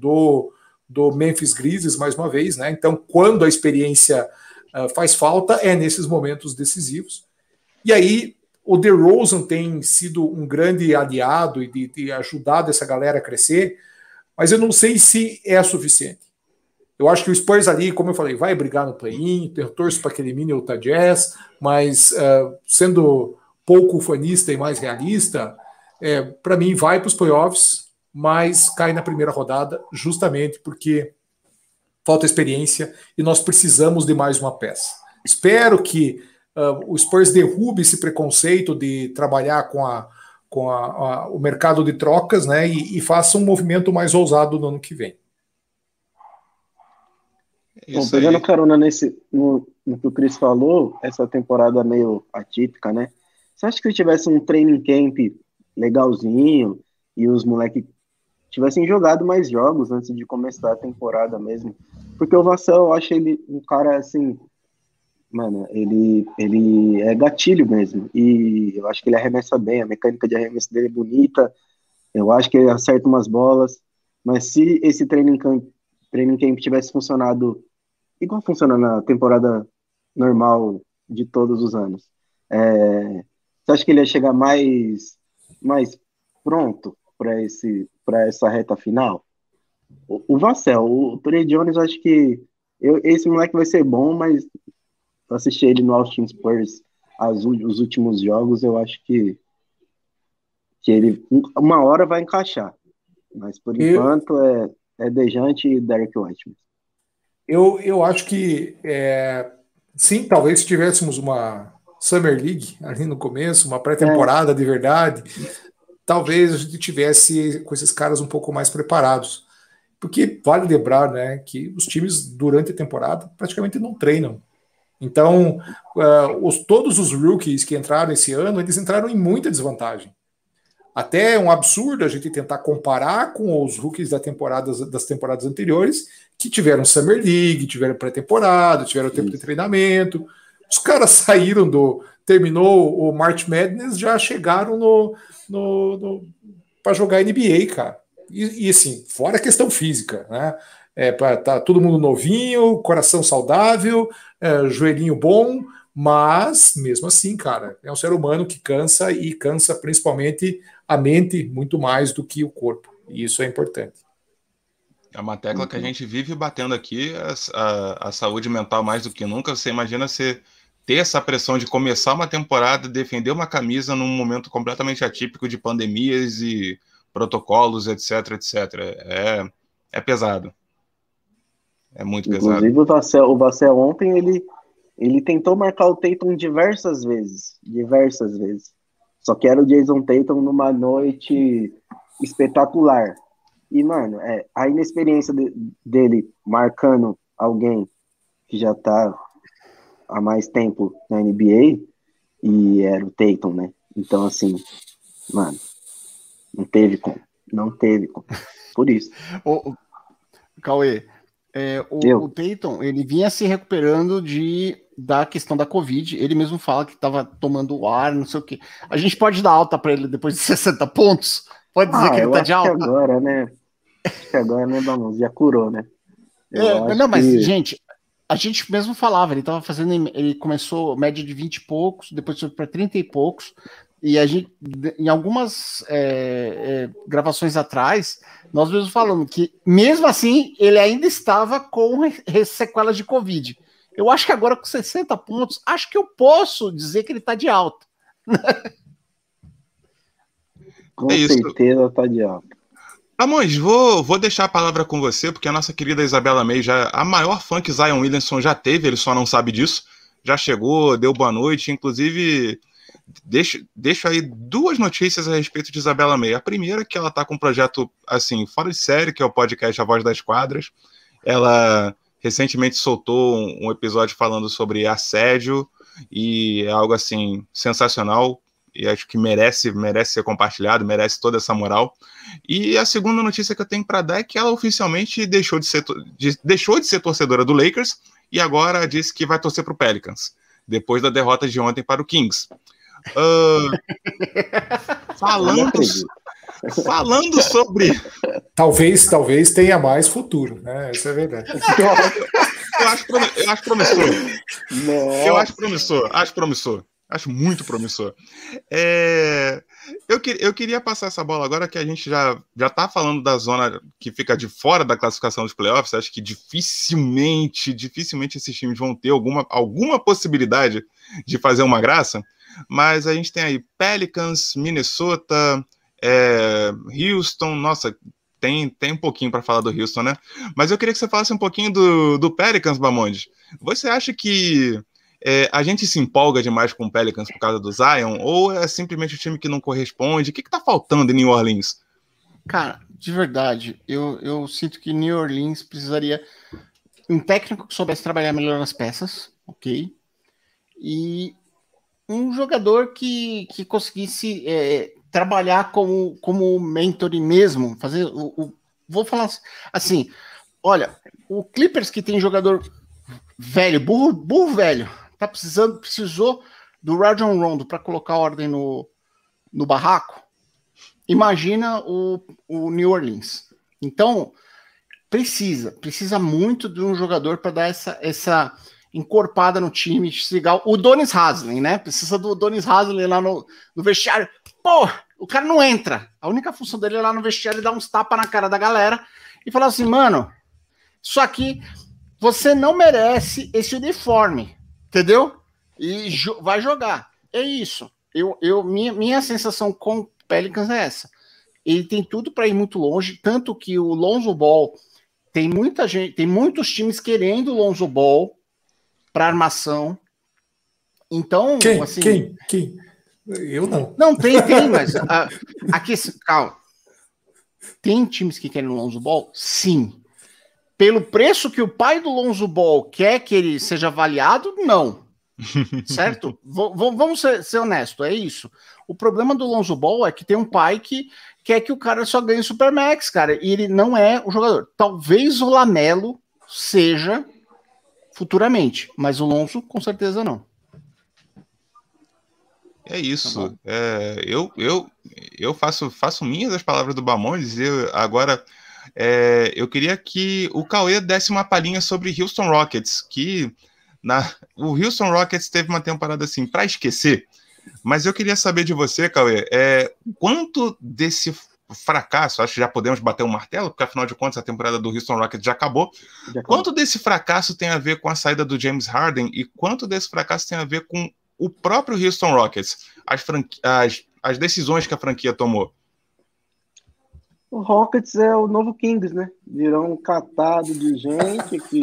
do Memphis Grizzlies mais uma vez, né? Então, quando a experiência faz falta, é nesses momentos decisivos. E aí o DeRozan tem sido um grande aliado e de ajudado essa galera a crescer, mas eu não sei se é suficiente. Eu acho que o Spurs ali, como eu falei, vai brigar no play-in, eu torço para que elimine o Utah Jazz, mas sendo pouco ufanista e mais realista, para mim vai para os playoffs, mas cai na primeira rodada, justamente porque falta experiência e nós precisamos de mais uma peça. Espero que o Spurs derrube esse preconceito de trabalhar com o mercado de trocas, né, e faça um movimento mais ousado no ano que vem. Bom, pegando carona no que o Chris falou, essa temporada meio atípica, né? Você acha que se tivesse um training camp legalzinho e os moleques tivessem jogado mais jogos antes de começar a temporada mesmo. Porque o Vassell, eu acho ele um cara assim, mano, ele é gatilho mesmo. E eu acho que ele arremessa bem, a mecânica de arremesso dele é bonita. Eu acho que ele acerta umas bolas. Mas se esse training camp tivesse funcionado igual funciona na temporada normal de todos os anos, você acha que ele ia chegar mais pronto para essa reta final? O Vassell, o Trey Jones, eu acho que esse moleque vai ser bom, mas eu assisti ele no Austin Spurs os últimos jogos, eu acho que ele uma hora vai encaixar, mas por enquanto é Dejante e Derek White. Eu acho que sim, talvez se tivéssemos uma Summer League ali no começo, uma pré-temporada de verdade, talvez a gente tivesse com esses caras um pouco mais preparados. Porque vale lembrar, né, que os times durante a temporada praticamente não treinam. Então, todos os rookies que entraram esse ano, eles entraram em muita desvantagem. Até é um absurdo a gente tentar comparar com os rookies das temporadas anteriores, que tiveram Summer League, tiveram pré-temporada, tiveram tempo de treinamento. Os caras terminou o March Madness, já chegaram para jogar NBA, cara. E assim, fora a questão física, né? Tá todo mundo novinho, coração saudável, joelhinho bom, mas mesmo assim, cara, é um ser humano que cansa e cansa principalmente a mente muito mais do que o corpo. E isso é importante. É uma tecla que a gente vive batendo aqui, a saúde mental mais do que nunca. Você imagina você ter essa pressão de começar uma temporada, defender uma camisa num momento completamente atípico de pandemias e protocolos, etc, etc. É pesado. É muito pesado. Inclusive o Vassell ontem, ele tentou marcar o Tatum diversas vezes. Só que era o Jason Tatum numa noite espetacular. E, mano, a inexperiência dele marcando alguém que já tá há mais tempo na NBA, e era o Tatum, né? Então, assim, mano, não teve como. Por isso. Cauê, o Tatum, ele vinha se recuperando da questão da Covid. Ele mesmo fala que estava tomando ar, não sei o quê. A gente pode dar alta para ele depois de 60 pontos? Pode dizer que ele tá de alta? Acho que agora, né, Banos? Já curou, né? Mas, gente, a gente mesmo falava, ele começou média de 20 e poucos, depois foi para 30 e poucos, e a gente, em algumas gravações atrás, nós mesmos falamos que, mesmo assim, ele ainda estava com sequelas de Covid. Eu acho que agora, com 60 pontos, acho que eu posso dizer que ele está de alta. Com certeza está de alta. Amões, vou deixar a palavra com você, porque a nossa querida Isabela May, a maior fã que Zion Williamson já teve, ele só não sabe disso, já chegou, deu boa noite, inclusive deixo aí duas notícias a respeito de Isabela May. A primeira, que ela está com um projeto assim, fora de série, que é o podcast A Voz das Quadras. Ela recentemente soltou um episódio falando sobre assédio, e é algo assim sensacional, e acho que merece ser compartilhado, merece toda essa moral. E a segunda notícia que eu tenho para dar é que ela oficialmente deixou de ser torcedora do Lakers e agora disse que vai torcer para o Pelicans, depois da derrota de ontem para o Kings. Falando sobre... Talvez tenha mais futuro, né? Isso é verdade. Eu acho promissor. Eu acho promissor. Acho muito promissor. Eu queria passar essa bola agora que a gente já está falando da zona que fica de fora da classificação dos playoffs. Acho que dificilmente esses times vão ter alguma possibilidade de fazer uma graça. Mas a gente tem aí Pelicans, Minnesota, Houston. Nossa, tem um pouquinho para falar do Houston, né? Mas eu queria que você falasse um pouquinho do Pelicans, Bamondes. Você acha que a gente se empolga demais com o Pelicans por causa do Zion, ou é simplesmente o time que não corresponde? O que tá faltando em New Orleans? Cara, de verdade, eu sinto que New Orleans precisaria um técnico que soubesse trabalhar melhor nas peças, ok? E um jogador que conseguisse trabalhar como mentor mesmo, fazer vou falar assim, olha, o Clippers que tem jogador velho, burro velho, precisou do Rajon Rondo para colocar ordem no barraco. Imagina o New Orleans. Então, precisa muito de um jogador para dar essa encorpada no time, o Donis Haslem, né? Precisa do Donis Haslem lá no vestiário. Pô, o cara não entra. A única função dele é lá no vestiário dar uns tapas na cara da galera e falar assim, mano, isso aqui, você não merece esse uniforme, entendeu? E vai jogar. É isso. Minha sensação com o Pelicans é essa. Ele tem tudo para ir muito longe, tanto que o Lonzo Ball tem muitos times querendo o Lonzo Ball para armação. Então, Quem? Eu não. Não, tem, mas aqui, calma. Tem times que querem o Lonzo Ball? Sim. Pelo preço que o pai do Lonzo Ball quer que ele seja avaliado, não. Certo? Vamos ser honestos, é isso. O problema do Lonzo Ball é que tem um pai que quer que o cara só ganhe Supermax, cara, e ele não é o jogador. Talvez o Lamelo seja futuramente, mas o Lonzo com certeza não. É isso. Eu faço minhas as palavras do Bamondes. Agora eu queria que o Cauê desse uma palhinha sobre Houston Rockets, que o Houston Rockets teve uma temporada assim para esquecer. Mas eu queria saber de você, Cauê, quanto desse fracasso, acho que já podemos bater um martelo, porque afinal de contas a temporada do Houston Rockets já acabou. Quanto desse fracasso tem a ver com a saída do James Harden e quanto desse fracasso tem a ver com o próprio Houston Rockets, as decisões que a franquia tomou? O Rockets é o novo Kings, né? Virou um catado de gente que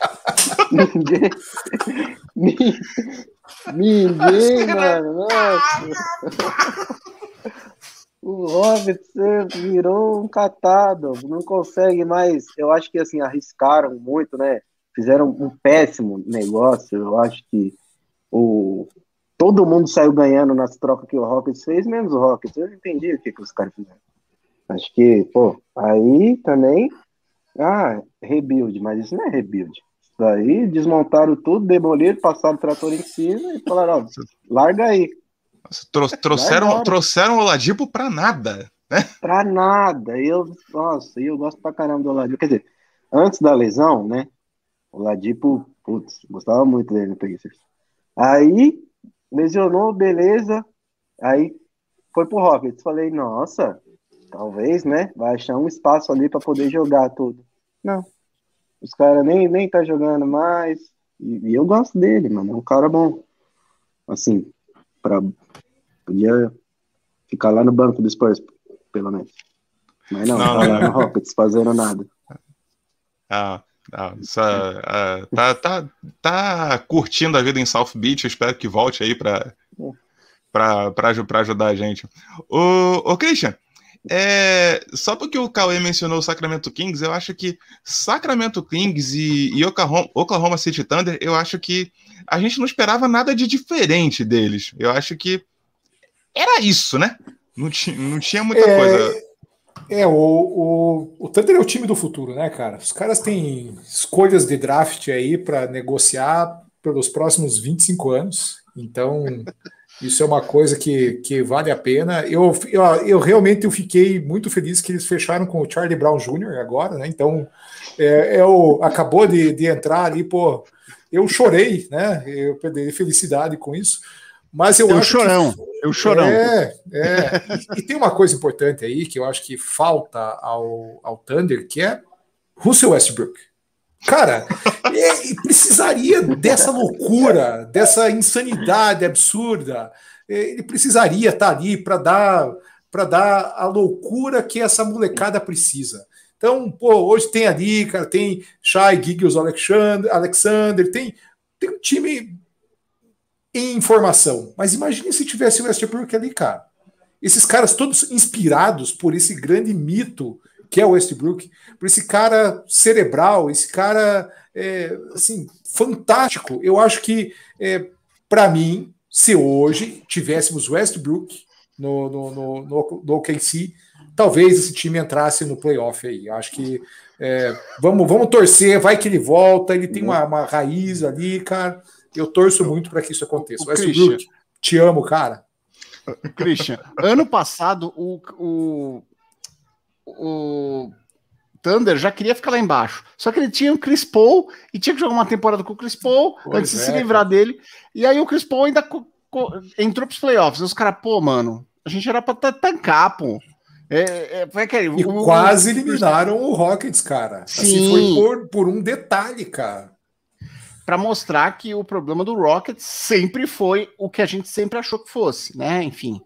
ninguém, mano, nossa. O Rockets virou um catado, não consegue mais. Eu acho que assim arriscaram muito, né? Fizeram um péssimo negócio. Eu acho que todo mundo saiu ganhando nas trocas que o Rockets fez, menos o Rockets. Eu não entendi o que os caras fizeram. Acho que, aí também, rebuild, mas isso não é rebuild. Isso aí, desmontaram tudo, demoliram, passaram o trator em cima e falaram, larga aí. Trouxeram o Oladipo pra nada, né? Pra nada. Eu gosto pra caramba do Oladipo. Quer dizer, antes da lesão, né, o Oladipo, gostava muito dele no Pacers. Aí, lesionou, beleza, aí foi pro Rockets. Falei, nossa, talvez, né, vai achar um espaço ali para poder jogar tudo. Não, os caras nem tá jogando mais, e eu gosto dele, mano, é um cara bom. Assim, podia ficar lá no banco do Spurs, pelo menos. Mas não tá lá no Rockets fazendo nada. Tá curtindo a vida em South Beach, eu espero que volte aí para ajudar a gente. Ô Christian, só porque o Cauê mencionou o Sacramento Kings, eu acho que Sacramento Kings e Oklahoma City Thunder, eu acho que a gente não esperava nada de diferente deles. Eu acho que era isso, né? Não tinha muita coisa. O Thunder é o time do futuro, né, cara? Os caras têm escolhas de draft aí para negociar pelos próximos 25 anos. Então, isso é uma coisa que vale a pena. Eu realmente fiquei muito feliz que eles fecharam com o Charlie Brown Jr. agora, né? Então, acabou de entrar ali, eu chorei, né? Eu perdi felicidade com isso. Mas eu acho chorão. E tem uma coisa importante aí que eu acho que falta ao Thunder, que é Russell Westbrook. Cara, precisaria dessa loucura, dessa insanidade absurda. Ele precisaria estar ali para dar a loucura que essa molecada precisa. Então, hoje tem ali, cara, tem Shai Gilgeous-Alexander, tem um time em formação. Mas imagine se tivesse o Westbrook ali, cara. Esses caras todos inspirados por esse grande mito que é o Westbrook, por esse cara cerebral, esse cara assim, fantástico. Eu acho que, para mim, se hoje tivéssemos Westbrook no OKC, talvez esse time entrasse no playoff aí. Acho que vamos torcer, vai que ele volta, ele tem uma raiz ali, cara. Eu torço muito para que isso aconteça. Westbrook, te amo, cara. Christian, ano passado o Thunder já queria ficar lá embaixo. Só que ele tinha o Chris Paul e tinha que jogar uma temporada com o Chris Paul antes de se livrar dele. E aí o Chris Paul ainda entrou pros playoffs. E os caras, pô, mano, a gente era pra tancar, pô. E quase eliminaram o Rockets, cara. Sim. Assim, foi por um detalhe, cara. Para mostrar que o problema do Rockets sempre foi o que a gente sempre achou que fosse, né? Enfim.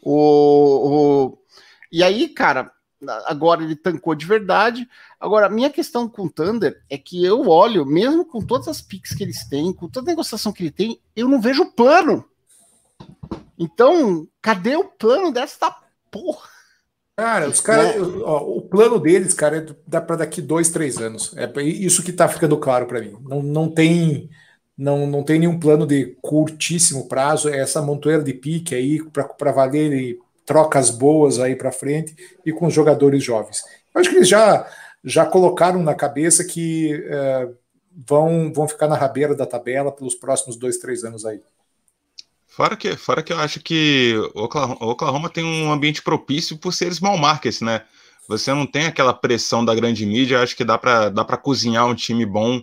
E aí, cara, agora ele tancou de verdade. Agora, a minha questão com o Thunder é que eu olho, mesmo com todas as picks que eles têm, com toda a negociação que ele tem, eu não vejo plano. Então, cadê o plano dessa porra? Cara, os caras, o plano deles, cara, dá para daqui 2, 3 anos. É isso que tá ficando claro para mim. Não tem nenhum plano de curtíssimo prazo. É essa montoeira de pique aí para valer e trocas boas aí para frente e com os jogadores jovens. Eu acho que eles já colocaram na cabeça que vão ficar na rabeira da tabela pelos próximos 2, 3 anos aí. Fora que eu acho que o Oklahoma tem um ambiente propício por ser small markets, né? Você não tem aquela pressão da grande mídia, eu acho que dá pra cozinhar um time bom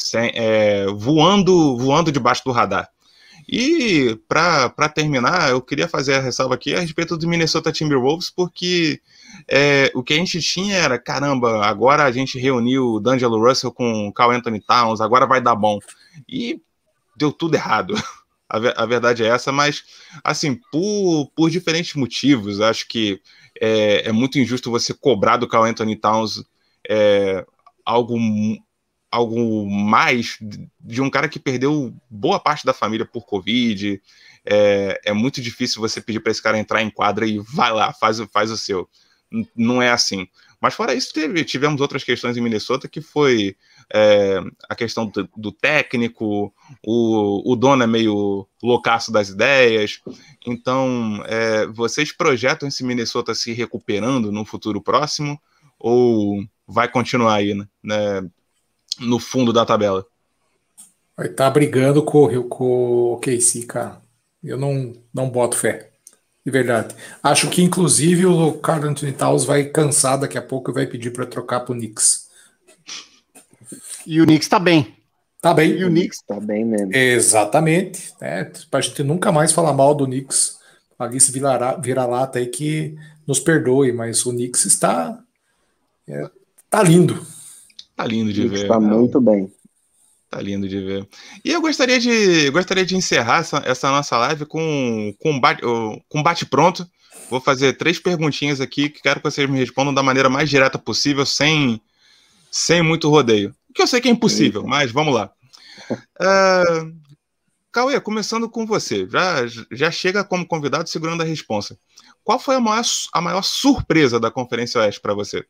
voando debaixo do radar. E para terminar, eu queria fazer a ressalva aqui a respeito do Minnesota Timberwolves, porque o que a gente tinha era, caramba, agora a gente reuniu o D'Angelo Russell com o Karl Anthony Towns, agora vai dar bom. E deu tudo errado. A verdade é essa, mas, assim, por diferentes motivos, acho que é muito injusto você cobrar do Karl Anthony Towns algo mais de um cara que perdeu boa parte da família por Covid. É muito difícil você pedir para esse cara entrar em quadra e vai lá, faz o seu. Não é assim. Mas fora isso, tivemos outras questões em Minnesota, que foi a questão do técnico, o dono é meio loucaço das ideias. Então, vocês projetam esse Minnesota se recuperando no futuro próximo, ou vai continuar aí, né, no fundo da tabela? Vai estar brigando com o OKC, cara. Eu não boto fé. De verdade. Acho que, inclusive, o Karl Anthony Towns vai cansar daqui a pouco e vai pedir para trocar pro Knicks. E o Knicks tá bem. Tá bem. E o Knicks tá bem mesmo. Exatamente. Pra gente nunca mais falar mal do Knicks. Alice Vira-Lata aí que nos perdoe, mas o Knicks está tá lindo. Tá lindo de ver. Tá muito bem. Tá lindo de ver. E eu gostaria de encerrar essa nossa live com bate-pronto. Vou fazer 3 perguntinhas aqui que quero que vocês me respondam da maneira mais direta possível, sem muito rodeio. Que eu sei que é impossível, mas vamos lá. Cauê, começando com você. Já chega como convidado segurando a responsa. Qual foi a maior surpresa da Conferência Oeste para você?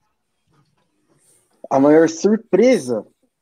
A maior surpresa?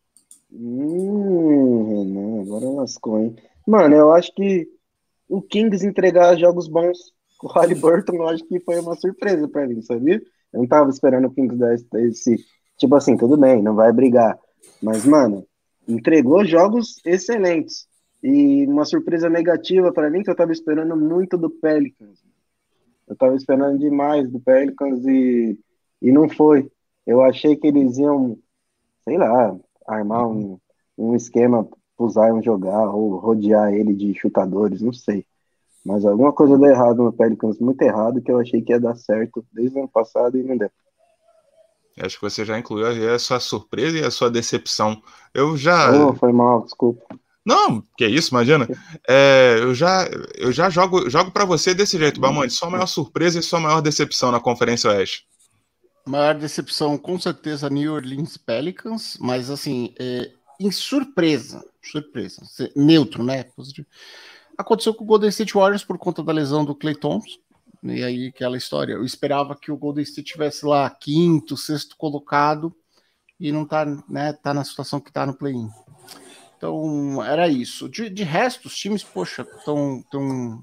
Renan, agora lascou, hein? Mano, eu acho que o Kings entregar jogos bons com o Haliburton, eu acho que foi uma surpresa pra mim, sabia? Eu não tava esperando o Kings dar esse... Tipo assim, tudo bem, não vai brigar. Mas, mano, entregou jogos excelentes. E uma surpresa negativa pra mim, que eu tava esperando muito do Pelicans. Eu tava esperando demais do Pelicans e não foi. Eu achei que eles iam, sei lá, armar um esquema pro Zion jogar ou rodear ele de chutadores, não sei. Mas alguma coisa deu errado no Pelicans, muito errado, que eu achei que ia dar certo desde o ano passado e não deu. Acho que você já incluiu a sua surpresa e a sua decepção. Foi mal, desculpa. Não, que isso, imagina. Eu já jogo para você desse jeito, Balmonte. Sua maior surpresa e sua maior decepção na Conferência Oeste? Maior decepção, com certeza, New Orleans Pelicans, mas assim, em surpresa, neutro, né? Positivo. Aconteceu com o Golden State Warriors por conta da lesão do Klay Thompson, e aí aquela história. Eu esperava que o Golden State estivesse lá 5º, 6º colocado, e não tá, né? Tá na situação que tá no play-in. Então, era isso. De resto, os times, poxa, estão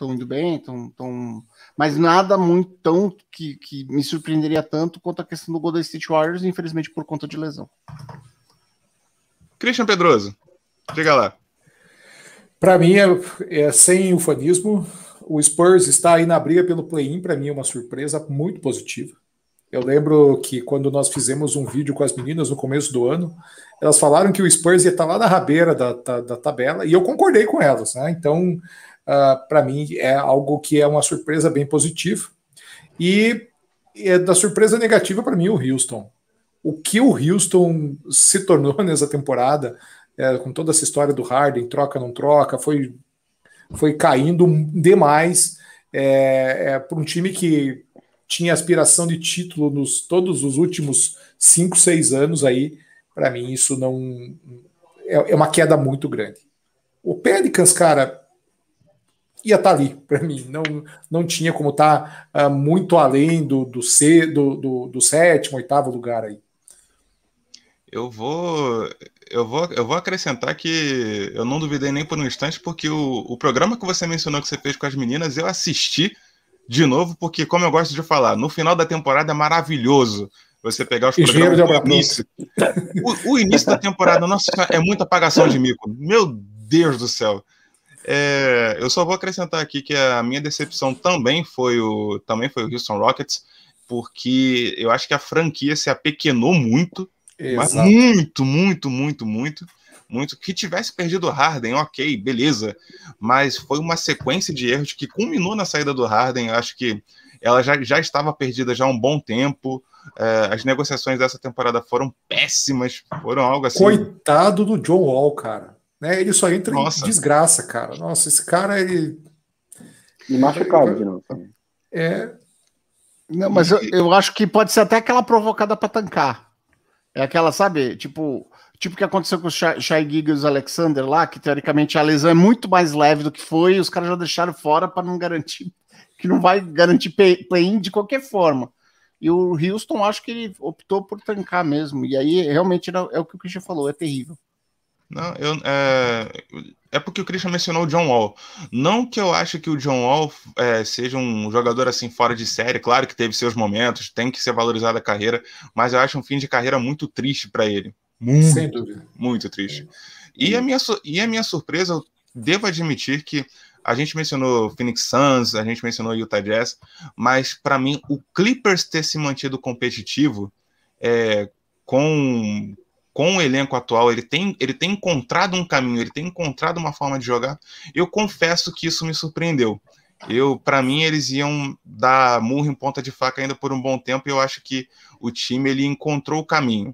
estão indo bem, mas nada muito tão que me surpreenderia tanto quanto a questão do Golden State Warriors, infelizmente por conta de lesão. Christian Pedroso, diga lá. Para mim, é sem ufanismo, o Spurs está aí na briga pelo play-in, para mim é uma surpresa muito positiva. Eu lembro que quando nós fizemos um vídeo com as meninas no começo do ano, elas falaram que o Spurs ia estar lá na rabeira da tabela, e eu concordei com elas, né? Então, para mim, é algo que é uma surpresa bem positiva. E da surpresa negativa, para mim, o Houston. O que o Houston se tornou nessa temporada, com toda essa história do Harden, troca, não troca, foi caindo demais para um time que tinha aspiração de título todos os últimos 5, 6 anos aí. Para mim, isso não é uma queda muito grande. O Pelicans, cara, ia estar ali para mim. Não tinha como estar muito além do sétimo, oitavo lugar aí. Eu vou acrescentar que eu não duvidei nem por um instante, porque o programa que você mencionou que você fez com as meninas, eu assisti de novo, porque, como eu gosto de falar, no final da temporada é maravilhoso você pegar os programas do início. O início da temporada, nossa, é muita apagação de mico. Meu Deus do céu. Eu só vou acrescentar aqui que a minha decepção também foi o Houston Rockets, porque eu acho que a franquia se apequenou muito. Mas muito. Que tivesse perdido o Harden, ok, beleza. Mas foi uma sequência de erros que culminou na saída do Harden. Eu acho que ela já estava perdida já há um bom tempo. As negociações dessa temporada foram péssimas. Foram algo assim. Coitado do John Wall, cara. Né? Ele só entra em desgraça, cara. Nossa, esse cara, ele... E machucado de novo. Não, mas eu acho que pode ser até aquela provocada para tancar. É aquela, sabe, tipo que aconteceu com o Shai Gilgeous-Alexander lá, que teoricamente a lesão é muito mais leve do que foi, e os caras já deixaram fora para não garantir, que não vai garantir play-in de qualquer forma. E o Houston, acho que ele optou por tancar mesmo, e aí realmente é o que o Christian falou, é terrível. Não, é porque o Christian mencionou o John Wall. Não que eu ache que o John Wall seja um jogador assim fora de série, claro que teve seus momentos, tem que ser valorizada a carreira, mas eu acho um fim de carreira muito triste para ele. Sem dúvida. Muito triste. E a minha surpresa, eu devo admitir que a gente mencionou Phoenix Suns, a gente mencionou Utah Jazz, mas para mim o Clippers ter se mantido competitivo com o elenco atual, ele tem encontrado um caminho, ele tem encontrado uma forma de jogar. Eu confesso que isso me surpreendeu. Para mim, eles iam dar murro em ponta de faca ainda por um bom tempo, e eu acho que o time ele encontrou o caminho.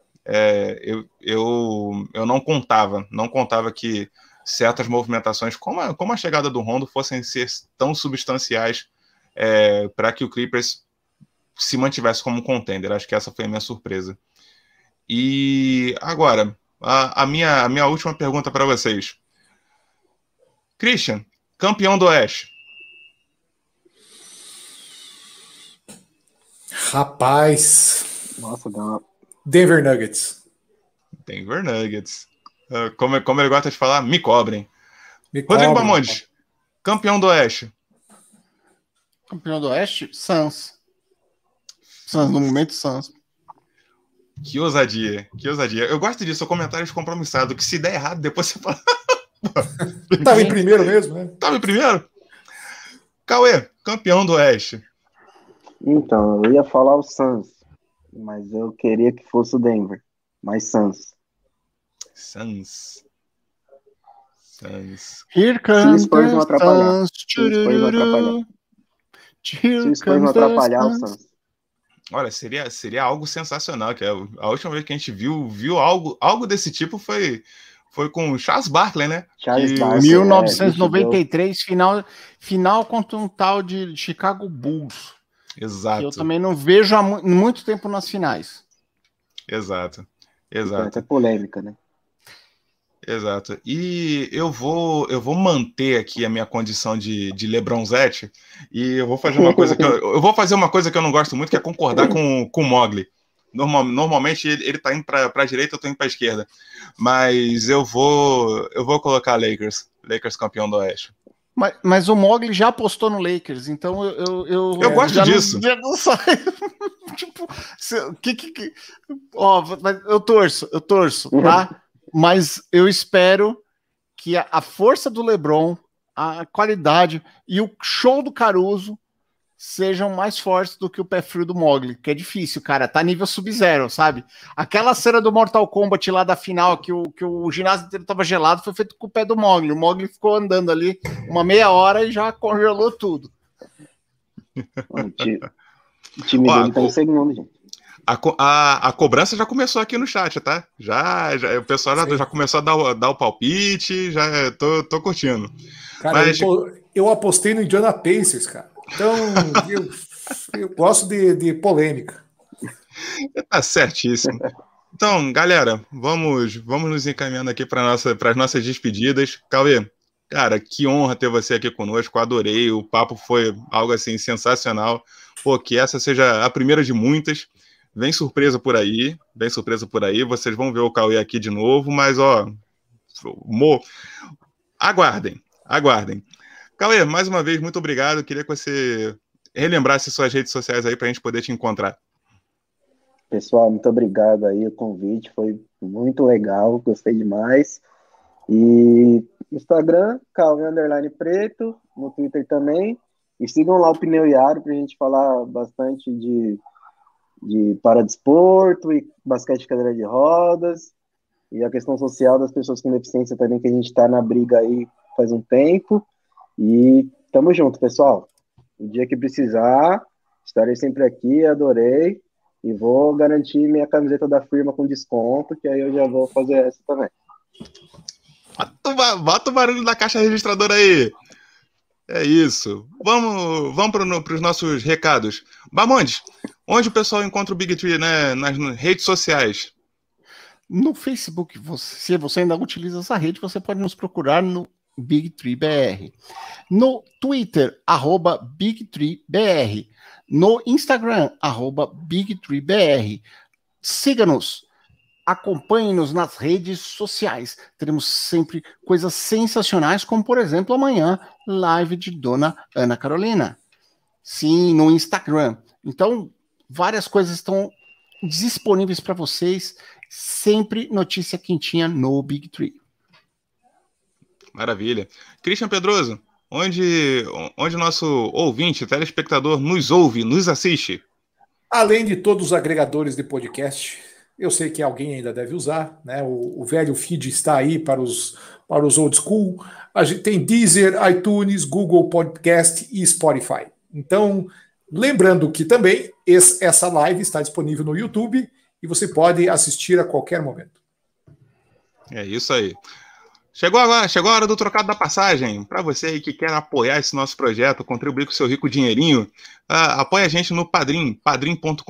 Eu não contava que certas movimentações, como a chegada do Rondo, fossem ser tão substanciais para que o Clippers se mantivesse como contender. Acho que essa foi a minha surpresa. E agora, a minha última pergunta para vocês. Christian, campeão do Oeste. Rapaz. Nossa, dá uma... Denver Nuggets. Como ele gosta de falar, me cobrem. Rodrigo Bamondes, campeão do Oeste. Campeão do Oeste? Suns. No momento, Suns. Que ousadia. Eu gosto disso, o comentário compromissado, que se der errado, depois você fala... Tava em primeiro mesmo, né? Tava em primeiro? Cauê, campeão do Oeste. Então, eu ia falar o Suns, mas eu queria que fosse o Denver. Mas Suns. Here comes se o Spurs não atrapalhar. Se o Spurs não atrapalhar o Suns. Olha, seria algo sensacional. Que a última vez que a gente viu algo desse tipo foi com o Charles Barkley, né? Charles Barkley, 1993, final contra um tal de Chicago Bulls. Exato. Que eu também não vejo há muito tempo nas finais. Exato. Então, é polêmica, né? Exato. E eu vou manter aqui a minha condição de LeBronzete, e eu vou fazer uma coisa que eu não gosto muito, que é concordar com o Mogli. Normalmente ele tá indo para a direita, eu tô indo para a esquerda. Mas eu vou colocar Lakers campeão do Oeste. Mas o Mogli já apostou no Lakers, então eu gosto disso. Não sai. Tipo, ó, eu torço, tá? Mas eu espero que a força do LeBron, a qualidade e o show do Caruso sejam mais fortes do que o pé frio do Mogli, que é difícil, cara, tá nível Sub-Zero, sabe? Aquela cena do Mortal Kombat lá da final, que o ginásio inteiro tava gelado, foi feito com o pé do Mogli. O Mogli ficou andando ali uma meia hora e já congelou tudo. O time dele tá em segundo, gente. A cobrança já começou aqui no chat, tá? Já o pessoal já começou a dar o palpite, já tô curtindo. Cara, eu apostei no Indiana Pacers, cara. Então, eu gosto de polêmica. Tá certíssimo. Então, galera, vamos nos encaminhando aqui para as nossas despedidas. Cauê, cara, que honra ter você aqui conosco, adorei, o papo foi algo assim sensacional. Pô, que essa seja a primeira de muitas. Vem surpresa por aí, vocês vão ver o Cauê aqui de novo, mas ó, aguardem. Cauê, mais uma vez, muito obrigado. Queria que você relembrasse suas redes sociais aí para a gente poder te encontrar. Pessoal, muito obrigado aí, o convite foi muito legal, gostei demais. E no Instagram, Cauê_Preto, no Twitter também. E sigam lá o Pneu e Aro para a gente falar bastante de paradesporto e basquete de cadeira de rodas. E a questão social das pessoas com deficiência também, que a gente está na briga aí faz um tempo. E tamo junto, pessoal. O dia que precisar, estarei sempre aqui, adorei. E vou garantir minha camiseta da firma com desconto, que aí eu já vou fazer essa também. Bota o barulho da caixa registradora aí. É isso. Vamos para os nossos recados. Bamondes, onde o pessoal encontra o Big Tree, né, nas redes sociais? No Facebook, se você ainda utiliza essa rede, você pode nos procurar no Big Tree BR. No Twitter, @BigTreeBR. No Instagram, @BigTreeBR. Siga-nos, acompanhe-nos nas redes sociais. Teremos sempre coisas sensacionais, como, por exemplo, amanhã, live de Dona Ana Carolina. Sim, no Instagram. Então, várias coisas estão disponíveis para vocês. Sempre notícia quentinha no Big Tree. Maravilha. Christian Pedroso, onde o nosso ouvinte, telespectador, nos ouve, nos assiste? Além de todos os agregadores de podcast, eu sei que alguém ainda deve usar, né? O velho feed está aí para os old school. A gente tem Deezer, iTunes, Google Podcast e Spotify. Então, lembrando que também essa live está disponível no YouTube e você pode assistir a qualquer momento. É isso aí. Chegou a hora do trocado da passagem. Para você aí que quer apoiar esse nosso projeto, contribuir com o seu rico dinheirinho, apoia a gente no Padrim, padrim.com.br,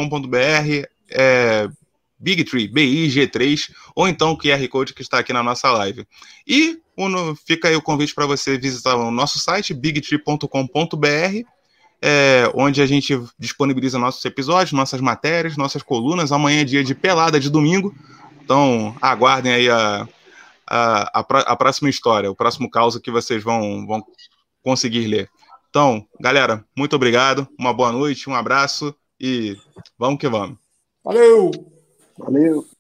Big Tree, BIG3, ou então o QR Code que está aqui na nossa live. E fica aí o convite para você visitar o nosso site, bigtree.com.br, onde a gente disponibiliza nossos episódios, nossas matérias, nossas colunas. Amanhã é dia de pelada de domingo, então aguardem aí a próxima história, o próximo caos que vocês vão conseguir ler. Então, galera, muito obrigado, uma boa noite, um abraço e vamos que vamos. Valeu! Valeu!